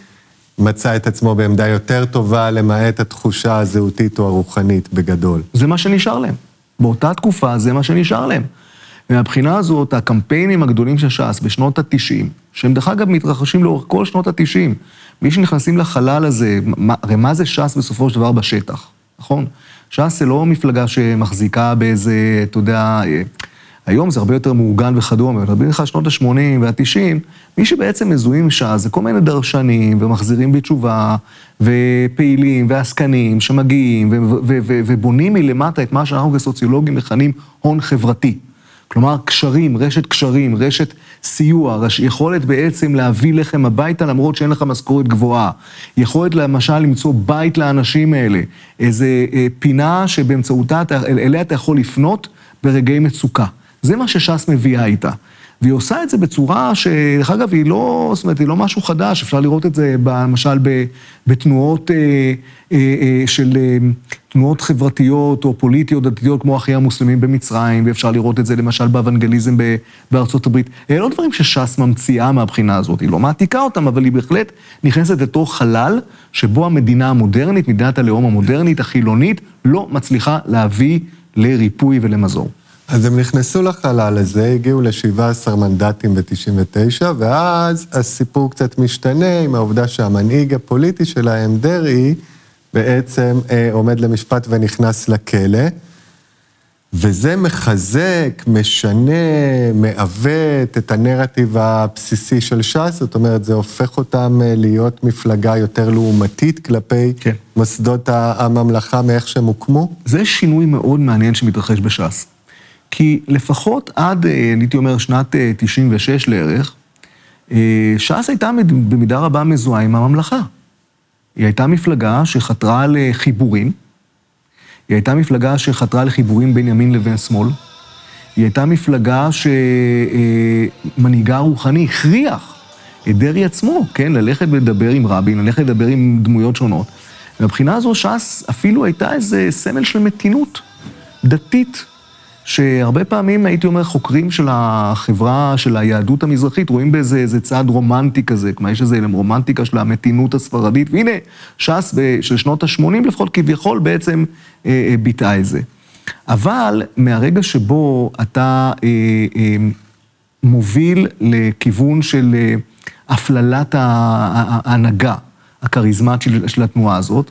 מצא את עצמו בעמדה יותר טובה, למעט התחושה הזהותית או הרוחנית בגדול. זה מה שנשאר להם. באותה תקופה זה מה שנשאר להם. ומהבחינה הזאת, הקמפיינים הגדולים של ש"ס בשנות ה-תשעים, שהם דרך אגב מתרחשים לאורך כל שנות ה-תשעים, מי שנכנסים לחלל הזה, הרי מה זה ש"ס בסופו של דבר בשטח, נכון? ש"ס זה לא מפלגה שמחזיקה באיזה, אתה יודע, היום זה הרבה יותר מאורגן וכדומה, אבל בדרך כלל שנות ה-שמונים וה-תשעים, מי שבעצם מזוהים ש"ס זה כל מיני דרשנים ומחזירים בתשובה, ופעילים ועסקנים שמגיעים ו- ו- ו- ובונים מלמטה את מה שאנחנו כסוציולוגים מכנים הון חברתי. כלומר, קשרים, רשת קשרים, רשת סיוע, יכולת בעצם להביא לכם הביתה למרות שאין לך משכורת גבוהה. יכולת למשל למצוא בית לאנשים האלה, איזה פינה שבאמצעותה, אליה אתה יכול לפנות ברגעי מצוקה. זה מה שש"ס מביאה איתה. והיא עושה את זה בצורה שדרך אגב היא לא, זאת אומרת, היא לא משהו חדש, אפשר לראות את זה למשל בתנועות של תנועות חברתיות או פוליטיות דתיות כמו אחי המוסלמים במצרים, ואפשר לראות את זה למשל באוונגליזם בארצות הברית. אלה לא דברים שש"ס ממציאה מהבחינה הזאת, היא לא מעתיקה אותם, אבל היא בהחלט נכנסת לתוך חלל שבו המדינה המודרנית, מדינת הלאום המודרנית, החילונית, לא מצליחה להביא לריפוי ולמזור. אז הם נכנסו לחלל הזה, הגיעו ל-שבעה עשר מנדטים ב-תשעים ותשע, ואז הסיפור קצת משתנה עם העובדה שהמנהיג הפוליטי שלהם, דרעי, בעצם אה, עומד למשפט ונכנס לכלא, וזה מחזק, משנה, מעוות את הנרטיב הבסיסי של ש"ס, זאת אומרת, זה הופך אותם להיות מפלגה יותר לעומתית כלפי כן. מוסדות הממלכה מאיך שהם הוקמו. זה שינוי מאוד מעניין שמתרחש בש"ס. כי לפחות עד, הייתי אומר, שנת תשעים ושש לערך, ש"ס הייתה במידה רבה מזוהה עם הממלכה. היא הייתה מפלגה שחתרה לחיבורים, היא הייתה מפלגה שחתרה לחיבורים בין ימין לבין שמאל, היא הייתה מפלגה שמנהיגה רוחני הכריח את דרעי עצמו, כן, ללכת ולדבר עם רבין, ללכת לדבר עם דמויות שונות. מבחינה הזו ש"ס אפילו הייתה איזה סמל של מתינות דתית, שהרבה פעמים, הייתי אומר, חוקרים של החברה, של היהדות המזרחית, רואים באיזה איזה צעד רומנטי כזה, כמו יש איזה רומנטיקה של המתינות הספרדית, והנה, ש"ס של שנות ה-שמונים לפחות כביכול בעצם אה, אה, ביטאה את זה. אבל מהרגע שבו אתה אה, אה, מוביל לכיוון של אה, הפללת ההנהגה הכריזמטית של, של התנועה הזאת,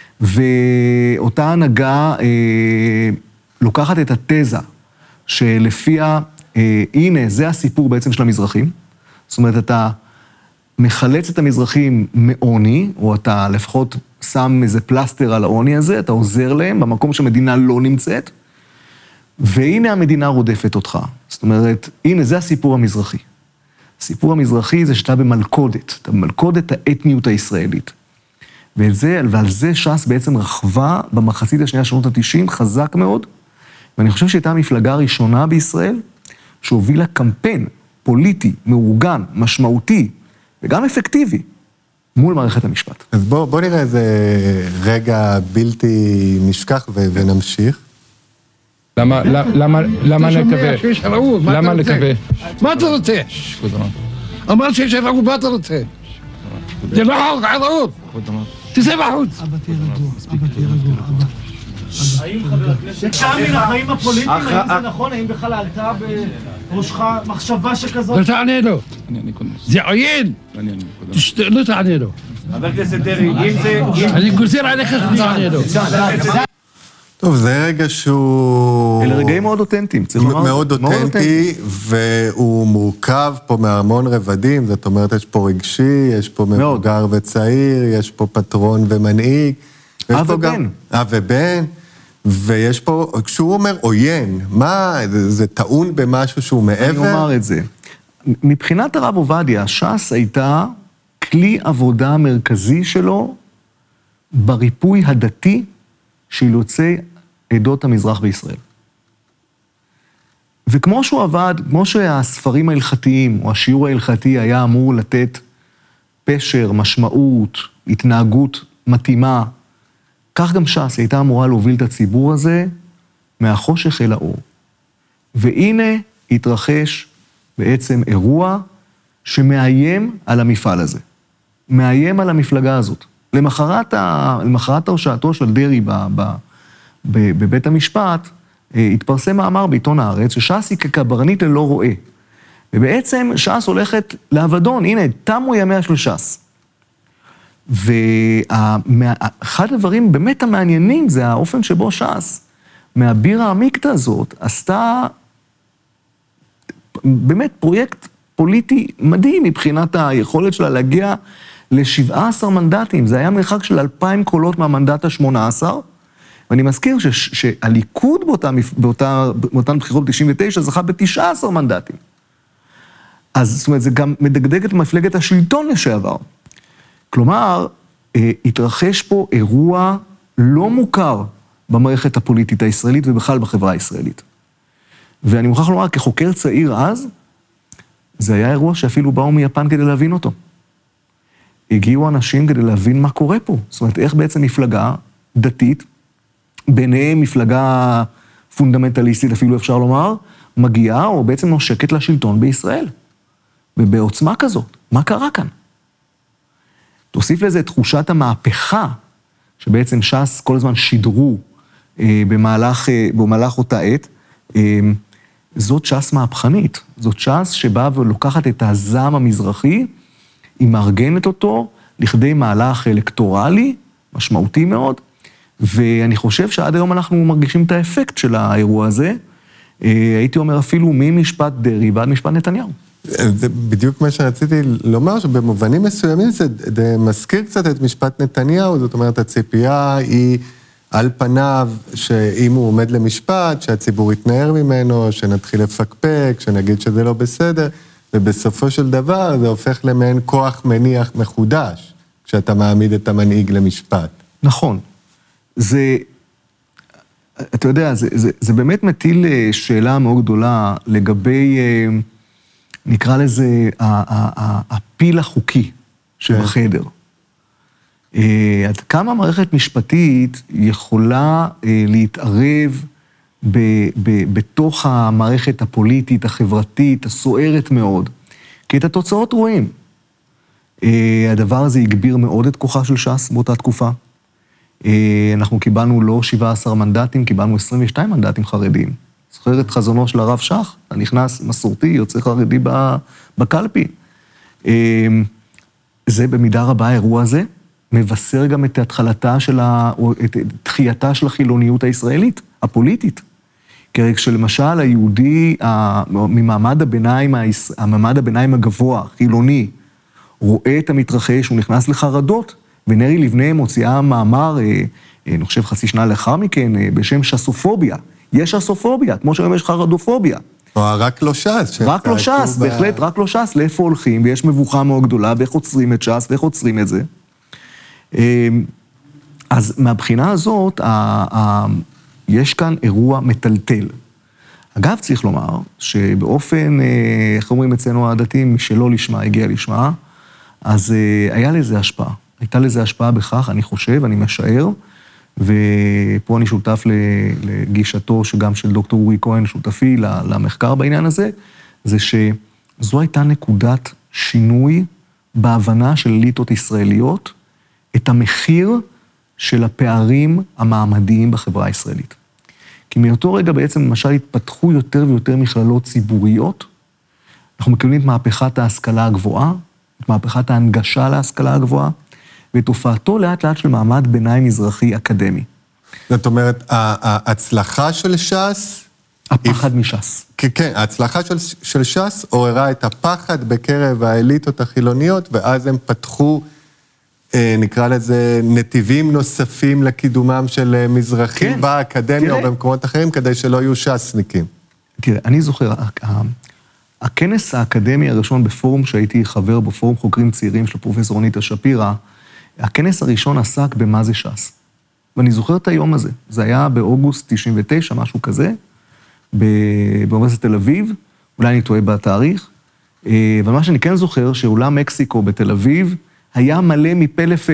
ואותה הנהגה אה, לוקחת את התזה שלפיה, אה, הנה, זה הסיפור בעצם של המזרחים. זאת אומרת, אתה מחלץ את המזרחים מעוני, או אתה לפחות שם איזה פלסטר על העוני הזה, אתה עוזר להם במקום שהמדינה לא נמצאת, והנה המדינה רודפת אותך. זאת אומרת, הנה, זה הסיפור המזרחי. הסיפור המזרחי זה שאתה במלכודת, אתה במלכודת האתניות הישראלית. וזה, ועל זה ש"ס בעצם רכבה במחצית השנייה שנות ה-תשעים, חזק מאוד, ואני חושב שהייתה המפלגה הראשונה בישראל, שהובילה קמפיין פוליטי, מאורגן, משמעותי, וגם אפקטיבי, מול מערכת המשפט. אז בוא, בוא נראה איזה רגע בלתי נשכח ו- ונמשיך. למה, למה, למה נקווה? למה נקווה? מה אתה רוצה? אמרת שיש ערבות, מה אתה רוצה? זה לא חוק, ערבות. תצא בחוץ. אבא תהיה רגוע, אבא תהיה רגוע, אבא. האם חבר הכנסת, שם מן החיים הפוליטיים, האם זה נכון? האם בכלל עלתה בראשך מחשבה שכזאת? לא תענה לו. זה עוין. לא תענה לו. חבר הכנסת דרעי, אם זה... אני גוזר עליך שתענה לו. טוב, זה רגע שהוא... אלה רגעים מאוד אותנטיים, צריך לומר. מאוד אותנטי, והוא מורכב פה מהמון רבדים, זאת אומרת, יש פה רגשי, יש פה מבוגר וצעיר, יש פה פטרון ומנהיג. אב ובן. אב ובן, ויש פה, כשהוא אומר עוין, מה, זה טעון במשהו שהוא מעבר? אני אומר את זה. מבחינת הרב עובדיה, ש"ס הייתה כלי עבודה מרכזי שלו בריפוי הדתי של יוצאי עדות המזרח בישראל. וכמו שהוא עבד, כמו שהספרים ההלכתיים, או השיעור ההלכתי היה אמור לתת פשר, משמעות, התנהגות מתאימה, כך גם ש"ס הייתה אמורה להוביל את הציבור הזה מהחושך אל האור. והנה התרחש בעצם אירוע שמאיים על המפעל הזה. מאיים על המפלגה הזאת. למחרת, ה... למחרת הרשעתו של דרעי ב... ב... ב... בבית המשפט, התפרסם מאמר בעיתון הארץ, שש"ס היא כקברניט ללא רואה. ובעצם ש"ס הולכת לאבדון, הנה, תמו ימיה של ש"ס. ואחד הדברים באמת המעניינים זה האופן שבו ש"ס, מהבירה המקטע הזאת, עשתה באמת פרויקט פוליטי מדהים מבחינת היכולת שלה להגיע ל-שבעה עשר מנדטים. זה היה מרחק של אלפיים קולות מהמנדט ה-שמונה עשר, ואני מזכיר ש- שהליכוד באותה, באותה, באותן בחירות ב-תשעים ותשע זכה ב-תשעה עשר מנדטים. אז זאת אומרת, זה גם מדגדג את מפלגת השלטון לשעבר. כלומר, התרחש פה אירוע לא מוכר במערכת הפוליטית הישראלית ובכלל בחברה הישראלית. ואני מוכרח לומר, כחוקר צעיר אז, זה היה אירוע שאפילו באו מיפן כדי להבין אותו. הגיעו אנשים כדי להבין מה קורה פה. זאת אומרת, איך בעצם מפלגה דתית, ביניהם מפלגה פונדמנטליסטית אפילו אפשר לומר, מגיעה או בעצם נושקת לשלטון בישראל. ובעוצמה כזאת. מה קרה כאן? תוסיף לזה את תחושת המהפכה, שבעצם ש"ס כל הזמן שידרו אה, במהלך, אה, במהלך אותה עת, אה, זאת ש"ס מהפכנית. זאת ש"ס שבאה ולוקחת את הזעם המזרחי, היא מארגנת אותו לכדי מהלך אלקטורלי, משמעותי מאוד, ואני חושב שעד היום אנחנו מרגישים את האפקט של האירוע הזה, הייתי אומר אפילו ממשפט דרעי ועד משפט נתניהו. זה בדיוק מה שרציתי לומר, שבמובנים מסוימים זה, זה מזכיר קצת את משפט נתניהו, זאת אומרת, הציפייה היא על פניו, שאם הוא עומד למשפט, שהציבור יתנער ממנו, שנתחיל לפקפק, שנגיד שזה לא בסדר, ובסופו של דבר זה הופך למעין כוח מניח מחודש, כשאתה מעמיד את המנהיג למשפט. נכון. זה, אתה יודע, זה, זה, זה באמת מטיל שאלה מאוד גדולה לגבי, נקרא לזה, הפיל החוקי שבחדר. עד כמה מערכת משפטית יכולה להתערב ב, ב, בתוך המערכת הפוליטית, החברתית, הסוערת מאוד, כי את התוצאות רואים. הדבר הזה הגביר מאוד את כוחה של ש"ס באותה תקופה. אנחנו קיבלנו לא שבעה עשר מנדטים, קיבלנו עשרים ושתיים מנדטים חרדיים. זוכר את חזונו של הרב שך, הנכנס מסורתי, יוצא חרדי בקלפי. זה במידה רבה האירוע הזה, מבשר גם את התחלתה של ה... או את תחייתה של החילוניות הישראלית, הפוליטית. כי כשלמשל היהודי, ממעמד הביניים, המעמד הביניים הגבוה, חילוני, רואה את המתרחש, הוא נכנס לחרדות, ונרי לבנה מוציאה מאמר, אני חושב חצי שנה לאחר מכן, בשם שסופוביה. יש שסופוביה, כמו שהיום יש חרדופוביה. או רק לא ש"ס. רק לא ש"ס, בהחלט, רק לא ש"ס, לאיפה הולכים, ויש מבוכה מאוד גדולה, ואיך עוצרים את ש"ס, ואיך עוצרים את זה. אז מהבחינה הזאת, יש כאן אירוע מטלטל. אגב, צריך לומר, שבאופן, איך אומרים אצלנו הדתיים, שלא לשמה, הגיע לשמה, אז היה לזה השפעה. הייתה לזה השפעה בכך, אני חושב, אני משער, ופה אני שותף לגישתו שגם של דוקטור אורי כהן, שותפי למחקר בעניין הזה, זה שזו הייתה נקודת שינוי בהבנה של אליטות ישראליות, את המחיר של הפערים המעמדיים בחברה הישראלית. כי מאותו רגע בעצם למשל התפתחו יותר ויותר מכללות ציבוריות, אנחנו מקבלים את מהפכת ההשכלה הגבוהה, את מהפכת ההנגשה להשכלה הגבוהה, ואת הופעתו לאט לאט של מעמד ביניים מזרחי אקדמי. זאת אומרת, ההצלחה של ש"ס... הפחד מש"ס. כן, כן, ההצלחה של, של ש"ס עוררה את הפחד בקרב האליטות החילוניות, ואז הם פתחו, נקרא לזה, נתיבים נוספים לקידומם של מזרחים כן, באקדמיה תראה, או במקומות אחרים, כדי שלא יהיו ש"סניקים. תראה, אני זוכר, הכנס האקדמי הראשון בפורום שהייתי חבר בו, פורום חוקרים צעירים של פרופסור אניטה שפירא, הכנס הראשון עסק במה זה ש"ס. ואני זוכר את היום הזה. זה היה באוגוסט תשעים ותשע, משהו כזה, באוניברסיטת תל אביב, אולי אני טועה בתאריך, ומה שאני כן זוכר, שאולם מקסיקו בתל אביב היה מלא מפה לפה.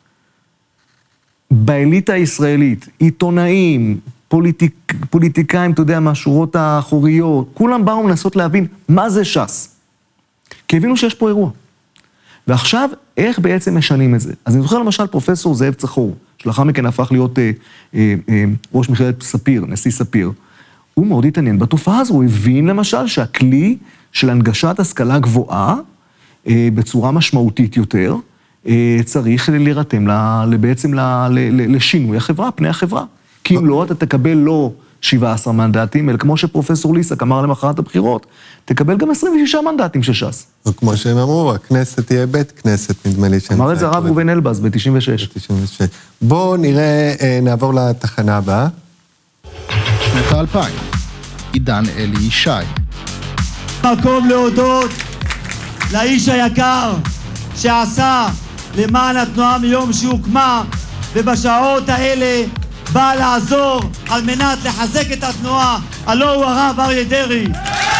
באליטה הישראלית, עיתונאים, פוליטיק, פוליטיקאים, אתה יודע, מהשורות האחוריות, כולם באו לנסות להבין מה זה ש"ס. כי הבינו שיש פה אירוע. ועכשיו, איך בעצם משנים את זה? אז אני זוכר למשל פרופסור זאב צחור, שלאחר מכן הפך להיות אה, אה, אה, ראש מכללת ספיר, נשיא ספיר. הוא מאוד התעניין בתופעה הזו, הוא הבין למשל שהכלי של הנגשת השכלה גבוהה, אה, בצורה משמעותית יותר, אה, צריך להירתם בעצם לשינוי החברה, פני החברה. כי אם לא, אתה תקבל לא שבעה עשר מנדטים, אלא כמו שפרופסור ליסק אמר למחרת הבחירות, תקבל גם עשרים ושישה מנדטים של ש"ס. וכמו שהם אמרו, הכנסת תהיה בית כנסת, נדמה לי. אמר את זה הרב ראובן אלבז ב-תשעים ושש. בואו נראה, נעבור לתחנה הבאה. שנות האלפיים, עידן אלי ישי. מקום להודות לאיש היקר שעשה למען התנועה מיום שהוקמה, ובשעות האלה בא לעזור על מנת לחזק את התנועה, הלא הוא הרב אריה דרעי.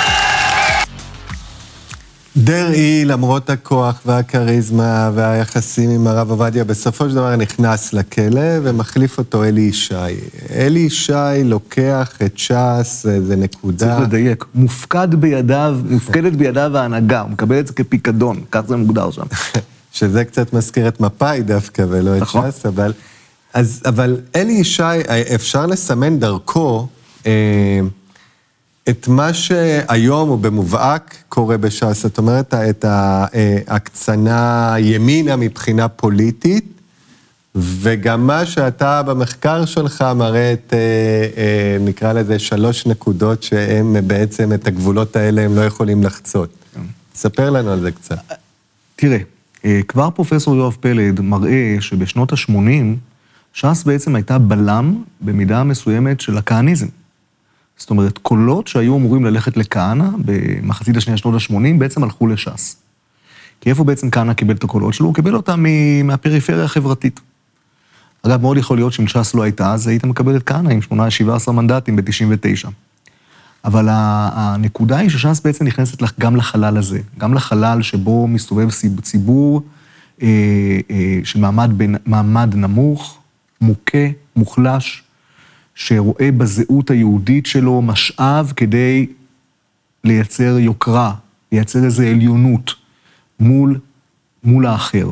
דרעי, למרות הכוח והכריזמה והיחסים עם הרב עובדיה, בסופו של דבר נכנס לכלא ומחליף אותו אלי ישי. אלי ישי לוקח את ש"ס, זה נקודה. צריך לדייק, מופקד בידיו, מופקדת בידיו ההנהגה, הוא מקבל את זה כפיקדון, כך זה מוגדר שם. שזה קצת מזכיר את מפאי דווקא ולא את ש"ס, אבל... אז, אבל אלי ישי, אפשר לסמן דרכו אה, את מה שהיום הוא במובהק קורה בש"ס, זאת אומרת, את ההקצנה ימינה מבחינה פוליטית, וגם מה שאתה במחקר שלך מראה את, נקרא לזה, שלוש נקודות שהם בעצם את הגבולות האלה הם לא יכולים לחצות. תספר לנו על זה קצת. תראה, כבר פרופסור יואב פלד מראה שבשנות ה-שמונים, ש"ס בעצם הייתה בלם במידה מסוימת של הכהניזם. זאת אומרת, קולות שהיו אמורים ללכת לכהנא במחצית השנייה שנות ה-שמונים, בעצם הלכו לש"ס. כי איפה בעצם כהנא קיבל את הקולות שלו? הוא קיבל אותם מהפריפריה החברתית. אגב, מאוד יכול להיות שאם ש"ס לא הייתה, אז היית מקבל את כהנא עם שמונה שבע עשרה מנדטים ב-תשעים ותשע. אבל הנקודה היא שש"ס בעצם נכנסת גם לחלל הזה, גם לחלל שבו מסתובב ציבור של מעמד, מעמד נמוך, מוכה, מוחלש, שרואה בזהות היהודית שלו משאב כדי לייצר יוקרה, לייצר איזו עליונות מול, מול האחר.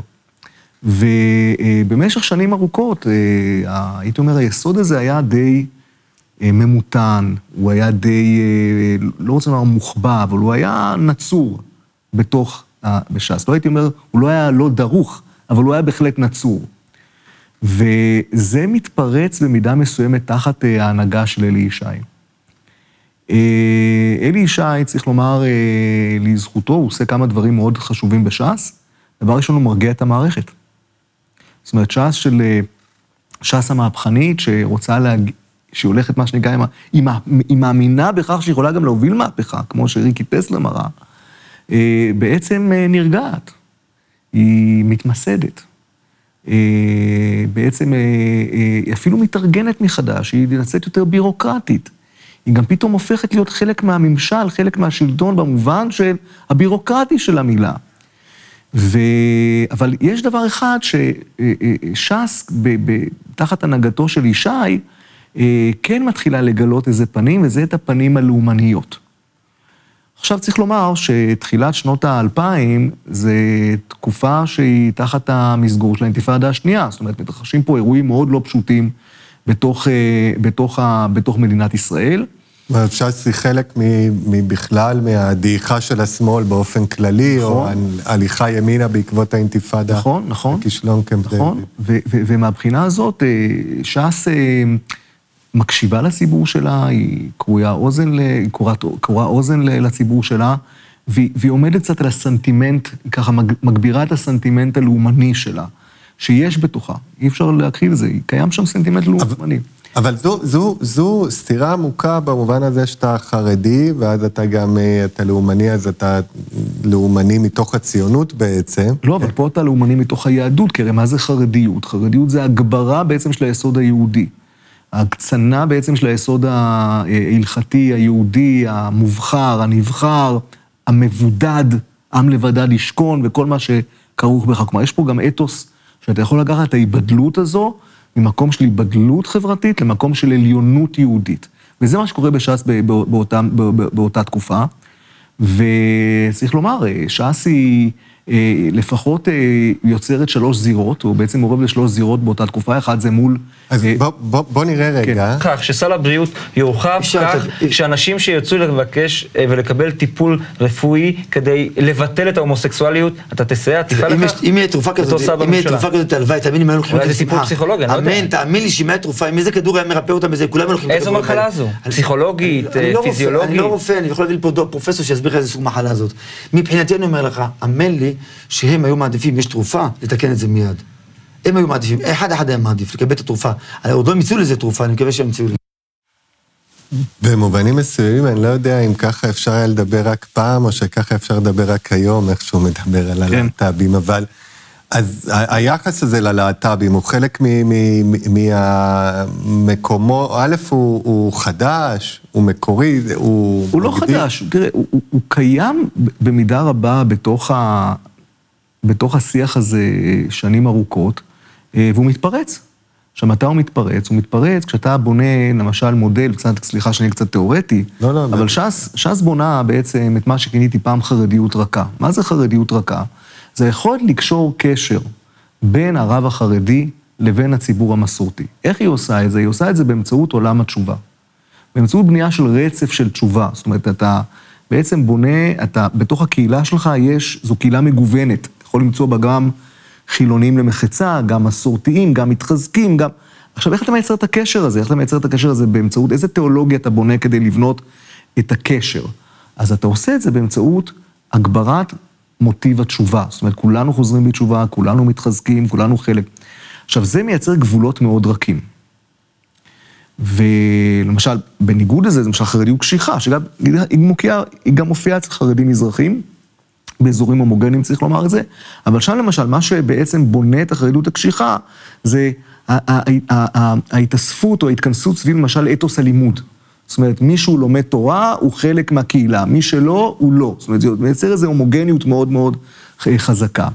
ובמשך שנים ארוכות, הייתי אומר, היסוד הזה היה די ממותן, הוא היה די, לא רוצה לומר מוחבא, אבל הוא היה נצור בתוך, בש"ס. לא הייתי אומר, הוא לא היה לא דרוך, אבל הוא היה בהחלט נצור. וזה מתפרץ במידה מסוימת תחת ההנהגה של אלי ישי. אלי ישי, צריך לומר לזכותו, הוא עושה כמה דברים מאוד חשובים בש"ס. דבר ראשון, הוא מרגיע את המערכת. זאת אומרת, ש"ס של, ש"ס המהפכנית, שרוצה להג... שהיא הולכת מה שנקרא, היא, היא מאמינה בכך שהיא יכולה גם להוביל מהפכה, כמו שריקי פסלר מראה, בעצם נרגעת. היא מתמסדת. בעצם היא אפילו מתארגנת מחדש, היא נעשית יותר בירוקרטית. היא גם פתאום הופכת להיות חלק מהממשל, חלק מהשלטון במובן של הבירוקרטי של המילה. ו... אבל יש דבר אחד שש"ס, תחת הנהגתו של ישי, כן מתחילה לגלות איזה פנים, וזה את הפנים הלאומניות. עכשיו צריך לומר שתחילת שנות האלפיים זה תקופה שהיא תחת המסגור של האינתיפאדה השנייה, זאת אומרת, מתרחשים פה אירועים מאוד לא פשוטים בתוך, בתוך, בתוך מדינת ישראל. ש"ס היא חלק מבכלל מהדעיכה של השמאל באופן כללי, נכון. או הליכה ימינה בעקבות האינתיפאדה. נכון, נכון. הכישלון קמפ דיוויד. נכון, ו- ו- ומהבחינה הזאת, ש"ס מקשיבה לציבור שלה, היא קרויה אוזן, קרויה אוזן לציבור שלה, והיא, והיא עומדת קצת על הסנטימנט, ככה מגבירה את הסנטימנט הלאומני שלה, שיש בתוכה. אי אפשר להכחיל את זה, קיים שם סנטימנט לאומני. אבל זו, זו, זו סתירה עמוקה במובן הזה שאתה חרדי, ואז אתה גם, אתה לאומני, אז אתה לאומני מתוך הציונות בעצם. לא, אבל פה אתה לאומני מתוך היהדות, כי הרי מה זה חרדיות? חרדיות זה הגברה בעצם של היסוד היהודי. ההקצנה בעצם של היסוד ההלכתי, היהודי, המובחר, הנבחר, המבודד, עם לבדד ישכון, וכל מה שכרוך בכך. כלומר, יש פה גם אתוס שאתה יכול לקחת את ההיבדלות הזו, ממקום של היבדלות חברתית למקום של עליונות יהודית. וזה מה שקורה בש"ס באותה, באותה תקופה. וצריך לומר, ש"ס היא לפחות יוצרת שלוש זירות, או בעצם מעורב לשלוש זירות באותה תקופה, אחד זה מול... אז בוא, בוא, בוא נראה רגע. כך שסל הבריאות יורחב כך שאנשים שירצו לבקש ולקבל טיפול רפואי כדי לבטל את ההומוסקסואליות, אתה תסייע, תפעל לך? אם יהיה תרופה כזאת, אם יהיה תרופה כזאת, הלוואי, תאמין לי, מה הולכים את זה טיפול פסיכולוגי, אני לא יודע. אמן, תאמין לי שאם היה תרופה, אם איזה כדור היה מרפא אותם בזה, כולם הולכים... איזו מחלה זו? פסיכולוגית, פיזיולוגית? אני לא רופא, אני יכול להביא פה פרופסור שיסביר לך איזה סוג מחלה הזאת. מבחינתי אני אומר לך, אמן לי שהם היו מעדיפים, יש תרופה, לתקן את זה מיד. הם היו מעדיפים, אחד אחד היה מעדיף, לקבל את התרופה. אבל עוד לא ימצאו לזה תרופה, אני מקווה שהם ימצאו לזה. במובנים מסוימים, אני לא יודע אם ככה אפשר היה לדבר רק פעם, או שככה אפשר לדבר רק היום, איך שהוא מדבר על הלהט"בים, אבל... אז היחס הזה ללהט"בים הוא חלק מהמקומו, א' הוא חדש, הוא מקורי, הוא... הוא לא חדש, תראה, הוא קיים במידה רבה בתוך ה... בתוך השיח הזה שנים ארוכות, והוא מתפרץ. עכשיו, מתי הוא מתפרץ? הוא מתפרץ כשאתה בונה, למשל, מודל, קצת, סליחה שאני קצת תיאורטי, לא, לא, אבל ש"ס, ש"ס בונה בעצם את מה שכיניתי פעם חרדיות רכה. מה זה חרדיות רכה? זה יכול לקשור קשר בין הרב החרדי לבין הציבור המסורתי. איך היא עושה את זה? היא עושה את זה באמצעות עולם התשובה. באמצעות בנייה של רצף של תשובה. זאת אומרת, אתה בעצם בונה, אתה, בתוך הקהילה שלך יש, זו קהילה מגוונת. אתה יכול למצוא בה גם חילונים למחצה, גם מסורתיים, גם מתחזקים, גם... עכשיו, איך אתה מייצר את הקשר הזה? איך אתה מייצר את הקשר הזה באמצעות, איזה תיאולוגיה אתה בונה כדי לבנות את הקשר? אז אתה עושה את זה באמצעות הגברת מוטיב התשובה. זאת אומרת, כולנו חוזרים בתשובה, כולנו מתחזקים, כולנו חלק. עכשיו, זה מייצר גבולות מאוד רכים. ולמשל, בניגוד לזה, למשל חרדיות קשיחה, שגם היא מוקיעה, היא גם מופיעה אצל חרדים מזרחים, באזורים הומוגניים צריך לומר את זה, אבל שם למשל, מה שבעצם בונה את החרדיות הקשיחה, זה ההתאספות או ההתכנסות סביב למשל אתוס הלימוד. זאת אומרת, מי שהוא לומד תורה הוא חלק מהקהילה, מי שלא הוא לא. זאת אומרת, זה מייצר איזו הומוגניות מאוד מאוד חזקה.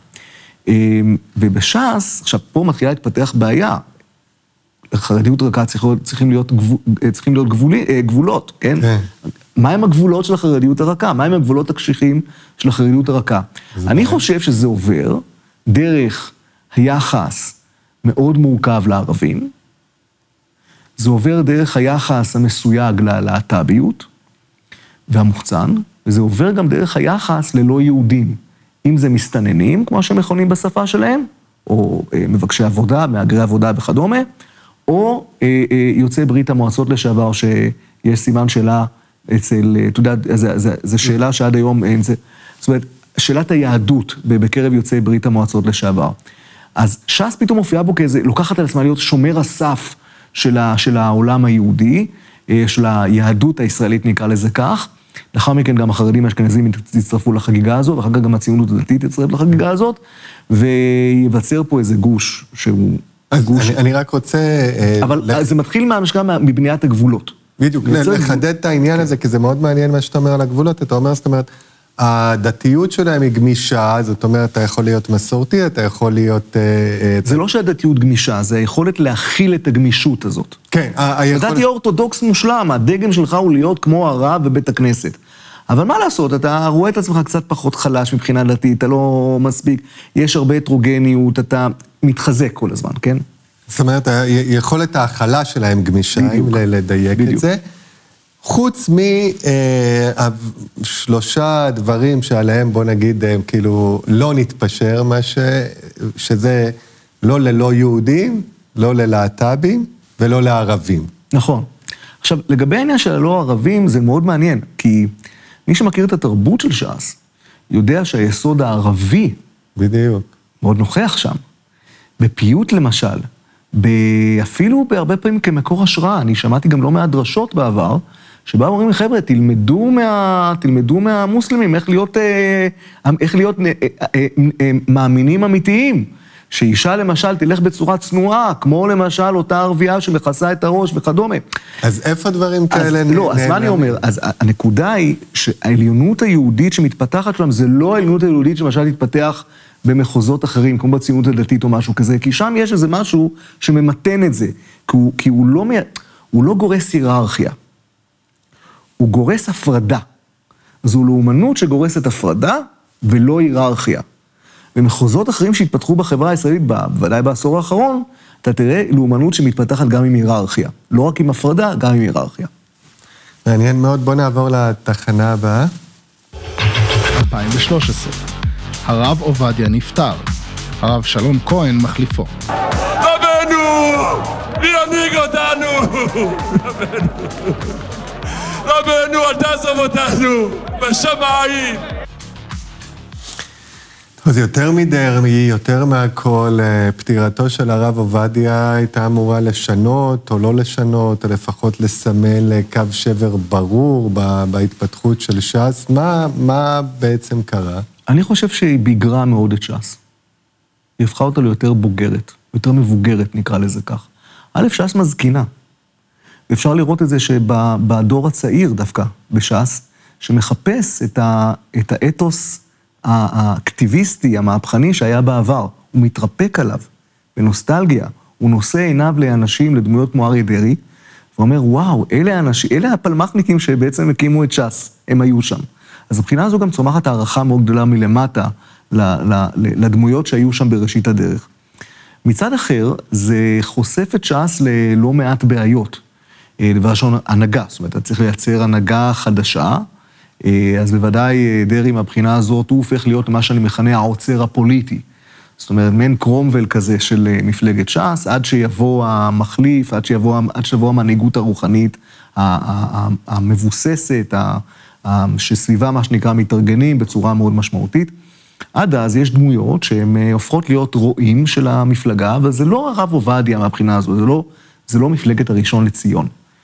ובש"ס, עכשיו פה מתחילה להתפתח בעיה, חרדיות רכה צריכים להיות, צריכים להיות גבולי, גבולות, כן? כן? מהם הגבולות של החרדיות הרכה? מהם הגבולות הקשיחים של החרדיות הרכה? אני חושב שזה עובר דרך היחס מאוד מורכב לערבים, זה עובר דרך היחס המסויג ללהט"ביות והמוחצן, וזה עובר גם דרך היחס ללא יהודים. אם זה מסתננים, כמו שמכונים בשפה שלהם, או מבקשי עבודה, מהגרי עבודה וכדומה, או יוצאי ברית המועצות לשעבר, שיש סימן שאלה אצל, אתה יודע, זו שאלה שעד היום אין זה, זאת אומרת, שאלת היהדות בקרב יוצאי ברית המועצות לשעבר. אז ש"ס פתאום מופיעה בו כאיזה, לוקחת על עצמה להיות שומר הסף של, ה, של העולם היהודי, של היהדות הישראלית נקרא לזה כך. לאחר מכן גם החרדים האשכנזים יצטרפו לחגיגה הזאת, ואחר כך גם הציונות הדתית תצטרף לחגיגה הזאת, ויבצר פה איזה גוש שהוא... גוש. אני, אני רק רוצה... אבל לח... זה מתחיל מהמשקע מבניית הגבולות. בדיוק, לחדד את העניין הזה, כי זה מאוד מעניין מה שאתה אומר על הגבולות. אתה אומר, זאת אומרת, הדתיות שלהם היא גמישה, זאת אומרת, אתה יכול להיות מסורתי, אתה יכול להיות... זה לא שהדתיות גמישה, זה היכולת להכיל את הגמישות הזאת. כן, היכולת... הדתי אורתודוקס מושלם, הדגם שלך הוא להיות כמו הרב בבית הכנסת. אבל מה לעשות, אתה רואה את עצמך קצת פחות חלש מבחינה דתית, אתה לא מספיק, יש הרבה הטרוגניות, אתה מתחזק כל הזמן, כן? זאת אומרת, יכולת ההכלה שלהם גמישה, אם לדייק בדיוק. את זה. חוץ משלושה דברים שעליהם, בוא נגיד, הם כאילו לא נתפשר, מה ש... שזה לא ללא יהודים, לא ללהט"בים ולא לערבים. נכון. עכשיו, לגבי העניין של הלא ערבים, זה מאוד מעניין, כי מי שמכיר את התרבות של ש"ס, יודע שהיסוד הערבי, בדיוק. מאוד נוכח שם. בפיוט למשל, אפילו בהרבה פעמים כמקור השראה, אני שמעתי גם לא מעט דרשות בעבר, שבה אומרים, חבר'ה, תלמדו, מה, תלמדו מהמוסלמים איך להיות, איך להיות מאמינים אמיתיים. שאישה למשל תלך בצורה צנועה, כמו למשל אותה ערבייה שמכסה את הראש וכדומה. אז איפה דברים כאלה? לא, אז מה אני אומר? אז הנקודה היא שהעליונות היהודית שמתפתחת שם, זה לא העליונות היהודית שמשל תתפתח במחוזות אחרים, כמו בציונות הדתית או משהו כזה, כי שם יש איזה משהו שממתן את זה, כי הוא, כי הוא, לא, הוא לא גורס היררכיה, הוא גורס הפרדה. זו לאומנות שגורסת הפרדה ולא היררכיה. במחוזות אחרים שהתפתחו בחברה הישראלית, בוודאי בעשור האחרון, אתה תראה לאומנות שמתפתחת גם עם היררכיה. לא רק עם הפרדה, גם עם היררכיה. מעניין מאוד, בוא נעבור לתחנה הבאה. אלפיים ושלוש עשרה. הרב עובדיה נפטר. הרב שלום כהן מחליפו. רבנו! מי ינהיג אותנו? רבנו! רבנו, אל תעזוב אותנו! בשמיים! אז יותר מדי, יותר מהכל, פטירתו של הרב עובדיה הייתה אמורה לשנות או לא לשנות, או לפחות לסמן לקו שבר ברור בהתפתחות של ש"ס. מה, מה בעצם קרה? אני חושב שהיא ביגרה מאוד את ש"ס. היא הפכה אותה ליותר בוגרת, יותר מבוגרת נקרא לזה כך. א', ש"ס מזקינה. אפשר לראות את זה שבדור הצעיר דווקא בש"ס, שמחפש את, ה, את האתוס האקטיביסטי, המהפכני שהיה בעבר, הוא מתרפק עליו, בנוסטלגיה, הוא נושא עיניו לאנשים, לדמויות כמו אריה דרעי, ואומר, וואו, אלה האנשים, אלה הפלמחניקים שבעצם הקימו את ש"ס, הם היו שם. אז מבחינה הזו גם צומחת הערכה מאוד גדולה מלמטה, לדמויות שהיו שם בראשית הדרך. מצד אחר, זה חושף את ש"ס ללא מעט בעיות. דבר ראשון, הנהגה, זאת אומרת, אתה צריך לייצר הנהגה חדשה, אז בוודאי דרעי מהבחינה הזאת, הוא הופך להיות מה שאני מכנה העוצר הפוליטי. זאת אומרת, מעין קרומבל כזה של מפלגת ש"ס, עד שיבוא המחליף, עד שיבוא, עד שיבוא המנהיגות הרוחנית המבוססת, שסביבה מה שנקרא מתארגנים בצורה מאוד משמעותית. עד אז יש דמויות שהן הופכות להיות רועים של המפלגה, אבל זה לא הרב עובדיה מהבחינה הזו, זה לא, זה לא מפלגת הראשון לציון.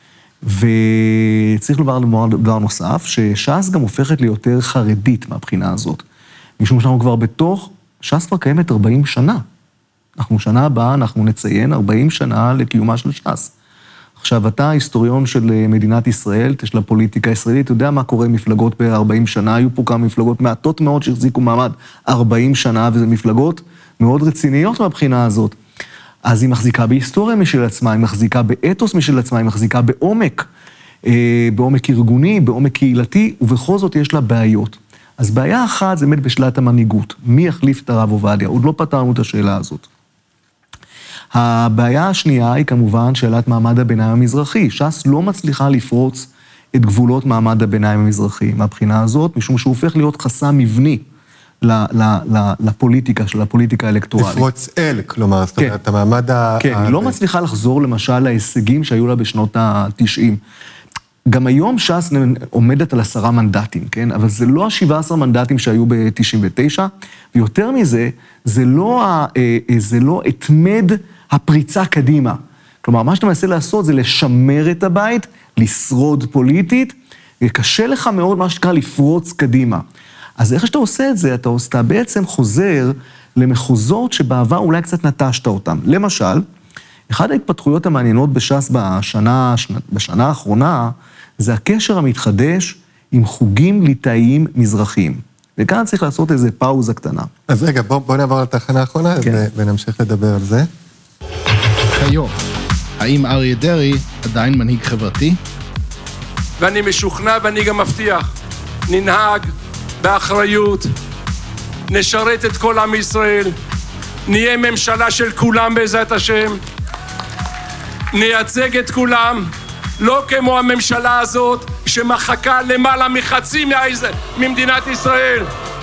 וצריך לומר דבר נוסף, שש"ס גם הופכת ליותר חרדית מהבחינה הזאת. משום שאנחנו כבר בתוך, ש"ס כבר קיימת ארבעים שנה. אנחנו שנה הבאה, אנחנו נציין ארבעים שנה לקיומה של ש"ס. עכשיו, אתה היסטוריון של מדינת ישראל, של הפוליטיקה הישראלית, אתה יודע מה קורה עם מפלגות ב-ארבעים שנה, היו פה כמה מפלגות מעטות מאוד שהחזיקו מעמד ארבעים שנה, וזה מפלגות מאוד רציניות מהבחינה הזאת. אז היא מחזיקה בהיסטוריה משל עצמה, היא מחזיקה באתוס משל עצמה, היא מחזיקה בעומק, בעומק ארגוני, בעומק קהילתי, ובכל זאת יש לה בעיות. אז בעיה אחת זה באמת בשאלת המנהיגות. מי יחליף את הרב עובדיה? עוד לא פתרנו את השאלה הזאת. הבעיה השנייה היא כמובן שאלת מעמד הביניים המזרחי. ש"ס לא מצליחה לפרוץ את גבולות מעמד הביניים המזרחי מהבחינה הזאת, משום שהוא הופך להיות חסם מבני לפוליטיקה של הפוליטיקה האלקטורלית. לפרוץ אל, כלומר, זאת אומרת, המעמד ה... כן, היא לא מצליחה לחזור למשל להישגים שהיו לה בשנות ה-תשעים. גם היום ש"ס עומדת על עשרה מנדטים, כן? אבל זה לא ה-שבעה עשר מנדטים שהיו ב-תשעים ותשע, ויותר מזה, זה לא, ה, זה לא התמד הפריצה קדימה. כלומר, מה שאתה מנסה לעשות זה לשמר את הבית, לשרוד פוליטית, וקשה לך מאוד מה שקרה לפרוץ קדימה. אז איך שאתה עושה את זה, אתה, אתה בעצם חוזר למחוזות שבעבר אולי קצת נטשת אותם. למשל, אחת ההתפתחויות המעניינות בש"ס בשנה, בשנה האחרונה, זה הקשר המתחדש עם חוגים ליטאיים מזרחיים. וכאן צריך לעשות איזו פאוזה קטנה. אז רגע, בוא, בוא נעבור לתחנה האחרונה, כן. ונמשיך לדבר על זה. כיום, האם אריה דרעי עדיין מנהיג חברתי? ואני משוכנע ואני גם מבטיח, ננהג באחריות, נשרת את כל עם ישראל, נהיה ממשלה של כולם בעזרת השם, נייצג את כולם, לא כמו הממשלה הזאת שמחקה למעלה מחצי ממדינת ישראל.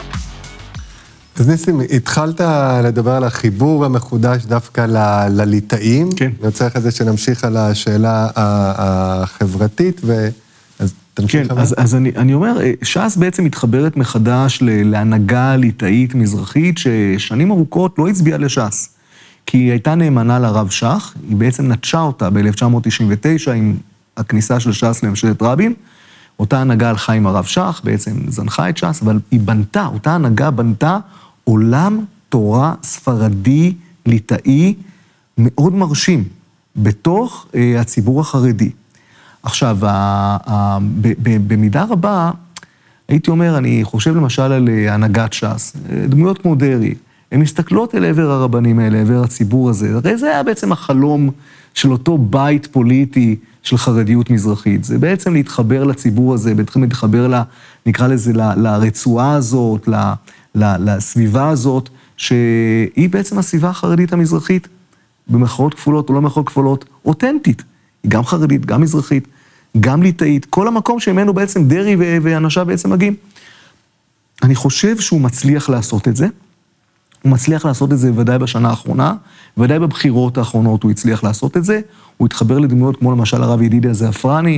אז ניסים, התחלת לדבר על החיבור המחודש דווקא ל- לליטאים. כן. אני רוצה אחרי זה שנמשיך על השאלה החברתית, ואז תמשיך. כן, אז, אז אני, אני אומר, ש"ס בעצם מתחברת מחדש להנהגה ליטאית מזרחית, ששנים ארוכות לא הצביעה לש"ס. כי היא הייתה נאמנה לרב שך, היא בעצם נטשה אותה ב-אלף תשע מאות תשעים ותשע עם הכניסה של ש"ס לממשלת רבין, אותה הנהגה הלכה עם הרב שך, בעצם זנחה את ש"ס, אבל היא בנתה, אותה הנהגה בנתה עולם תורה ספרדי ליטאי מאוד מרשים, בתוך אה, הציבור החרדי. עכשיו, ה, ה, ב, ב, במידה רבה, הייתי אומר, אני חושב למשל על הנהגת ש"ס, דמויות כמו דרעי, הן מסתכלות אל עבר הרבנים האלה, עבר הציבור הזה. הרי זה היה בעצם החלום של אותו בית פוליטי של חרדיות מזרחית. זה בעצם להתחבר לציבור הזה, בעצם להתחבר, לה, נקרא לזה, ל, לרצועה הזאת, ל, ל, לסביבה הזאת, שהיא בעצם הסביבה החרדית המזרחית, במחאות כפולות או לא מחאות כפולות, אותנטית. היא גם חרדית, גם מזרחית, גם ליטאית, כל המקום שממנו בעצם דרעי ואנשיו בעצם מגיעים. אני חושב שהוא מצליח לעשות את זה, הוא מצליח לעשות את זה ודאי בשנה האחרונה, ודאי בבחירות האחרונות הוא הצליח לעשות את זה, הוא התחבר לדמויות כמו למשל הרב ידידיה זעפרני,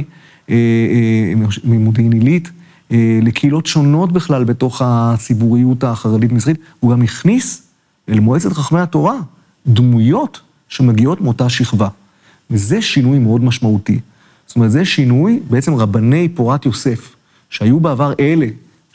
ממודיעין עילית, לקהילות שונות בכלל בתוך הציבוריות החרדית מזרחית, הוא גם הכניס אל מועצת חכמי התורה דמויות שמגיעות מאותה שכבה, וזה שינוי מאוד משמעותי. זאת אומרת, זה שינוי, בעצם רבני פורת יוסף, שהיו בעבר אלה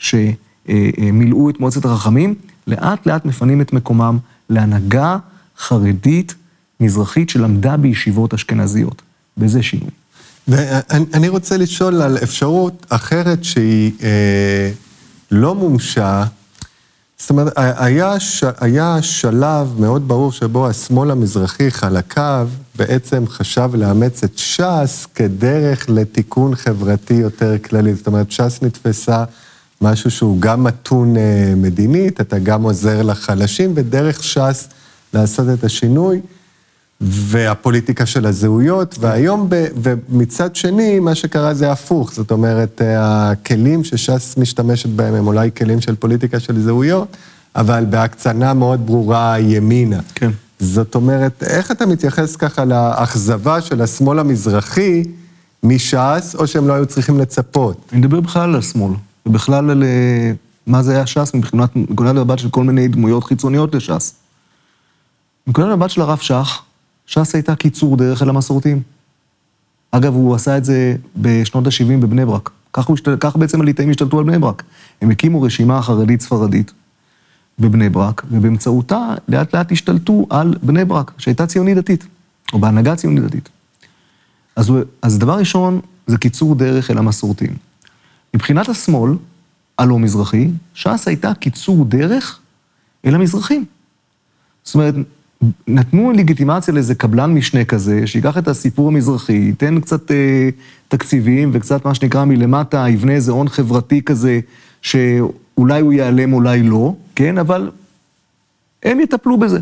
שמילאו את מועצת החכמים, לאט לאט מפנים את מקומם להנהגה חרדית מזרחית שלמדה בישיבות אשכנזיות. בזה שינוי. ואני רוצה לשאול על אפשרות אחרת שהיא אה, לא מומשה. זאת אומרת, היה, היה שלב מאוד ברור שבו השמאל המזרחי חלקיו בעצם חשב לאמץ את ש"ס כדרך לתיקון חברתי יותר כללי. זאת אומרת, ש"ס נתפסה משהו שהוא גם מתון מדינית, אתה גם עוזר לחלשים, ודרך ש"ס לעשות את השינוי. והפוליטיקה של הזהויות, והיום, ב, ומצד שני, מה שקרה זה הפוך. זאת אומרת, הכלים שש"ס משתמשת בהם הם אולי כלים של פוליטיקה של זהויות, אבל בהקצנה מאוד ברורה ימינה. כן. זאת אומרת, איך אתה מתייחס ככה לאכזבה של השמאל המזרחי מש"ס, או שהם לא היו צריכים לצפות? אני מדבר בכלל על השמאל, ובכלל על מה זה היה ש"ס מבחינת נקודת המבט של כל מיני דמויות חיצוניות לש"ס. נקודת המבט של הרב שך, ש"ס הייתה קיצור דרך אל המסורתיים. אגב, הוא עשה את זה בשנות ה-שבעים בבני ברק. כך, הוא, כך בעצם הליטאים השתלטו על בני ברק. הם הקימו רשימה חרדית ספרדית בבני ברק, ובאמצעותה לאט לאט השתלטו על בני ברק, שהייתה ציונית דתית, או בהנהגה ציונית דתית. אז, הוא, אז דבר ראשון, זה קיצור דרך אל המסורתיים. מבחינת השמאל, הלא מזרחי, ש"ס הייתה קיצור דרך אל המזרחים. זאת אומרת, נתנו לגיטימציה לאיזה קבלן משנה כזה, שיקח את הסיפור המזרחי, ייתן קצת אה, תקציבים וקצת מה שנקרא מלמטה, יבנה איזה הון חברתי כזה, שאולי הוא ייעלם, אולי לא, כן? אבל הם יטפלו בזה.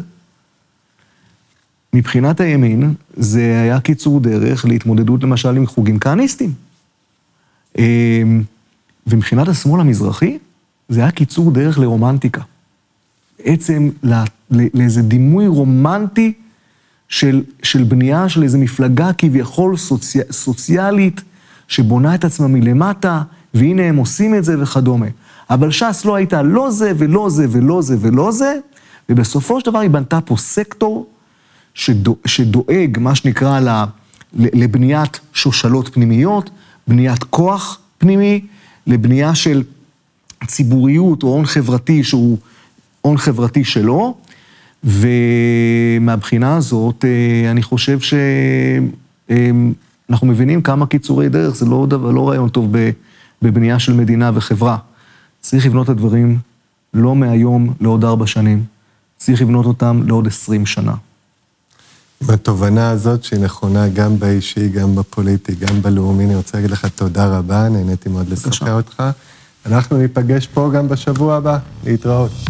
מבחינת הימין, זה היה קיצור דרך להתמודדות למשל עם חוגים כהניסטים. אה, ומבחינת השמאל המזרחי, זה היה קיצור דרך לרומנטיקה. בעצם לאיזה דימוי רומנטי של, של בנייה של איזו מפלגה כביכול סוצי, סוציאלית, שבונה את עצמה מלמטה, והנה הם עושים את זה וכדומה. אבל ש"ס לא הייתה לא זה ולא זה ולא זה ולא זה, ובסופו של דבר היא בנתה פה סקטור שדואג, שדואג מה שנקרא לה, לבניית שושלות פנימיות, בניית כוח פנימי, לבנייה של ציבוריות או הון חברתי שהוא הון חברתי שלו, ומהבחינה הזאת אני חושב שאנחנו מבינים כמה קיצורי דרך, זה לא, דבר, לא רעיון טוב בבנייה של מדינה וחברה. צריך לבנות את הדברים לא מהיום לעוד ארבע שנים, צריך לבנות אותם לעוד עשרים שנה. בתובנה הזאת שהיא נכונה גם באישי, גם בפוליטי, גם בלאומי, אני רוצה להגיד לך תודה רבה, נהניתי מאוד לשוחח אותך. אנחנו ניפגש פה גם בשבוע הבא, להתראות.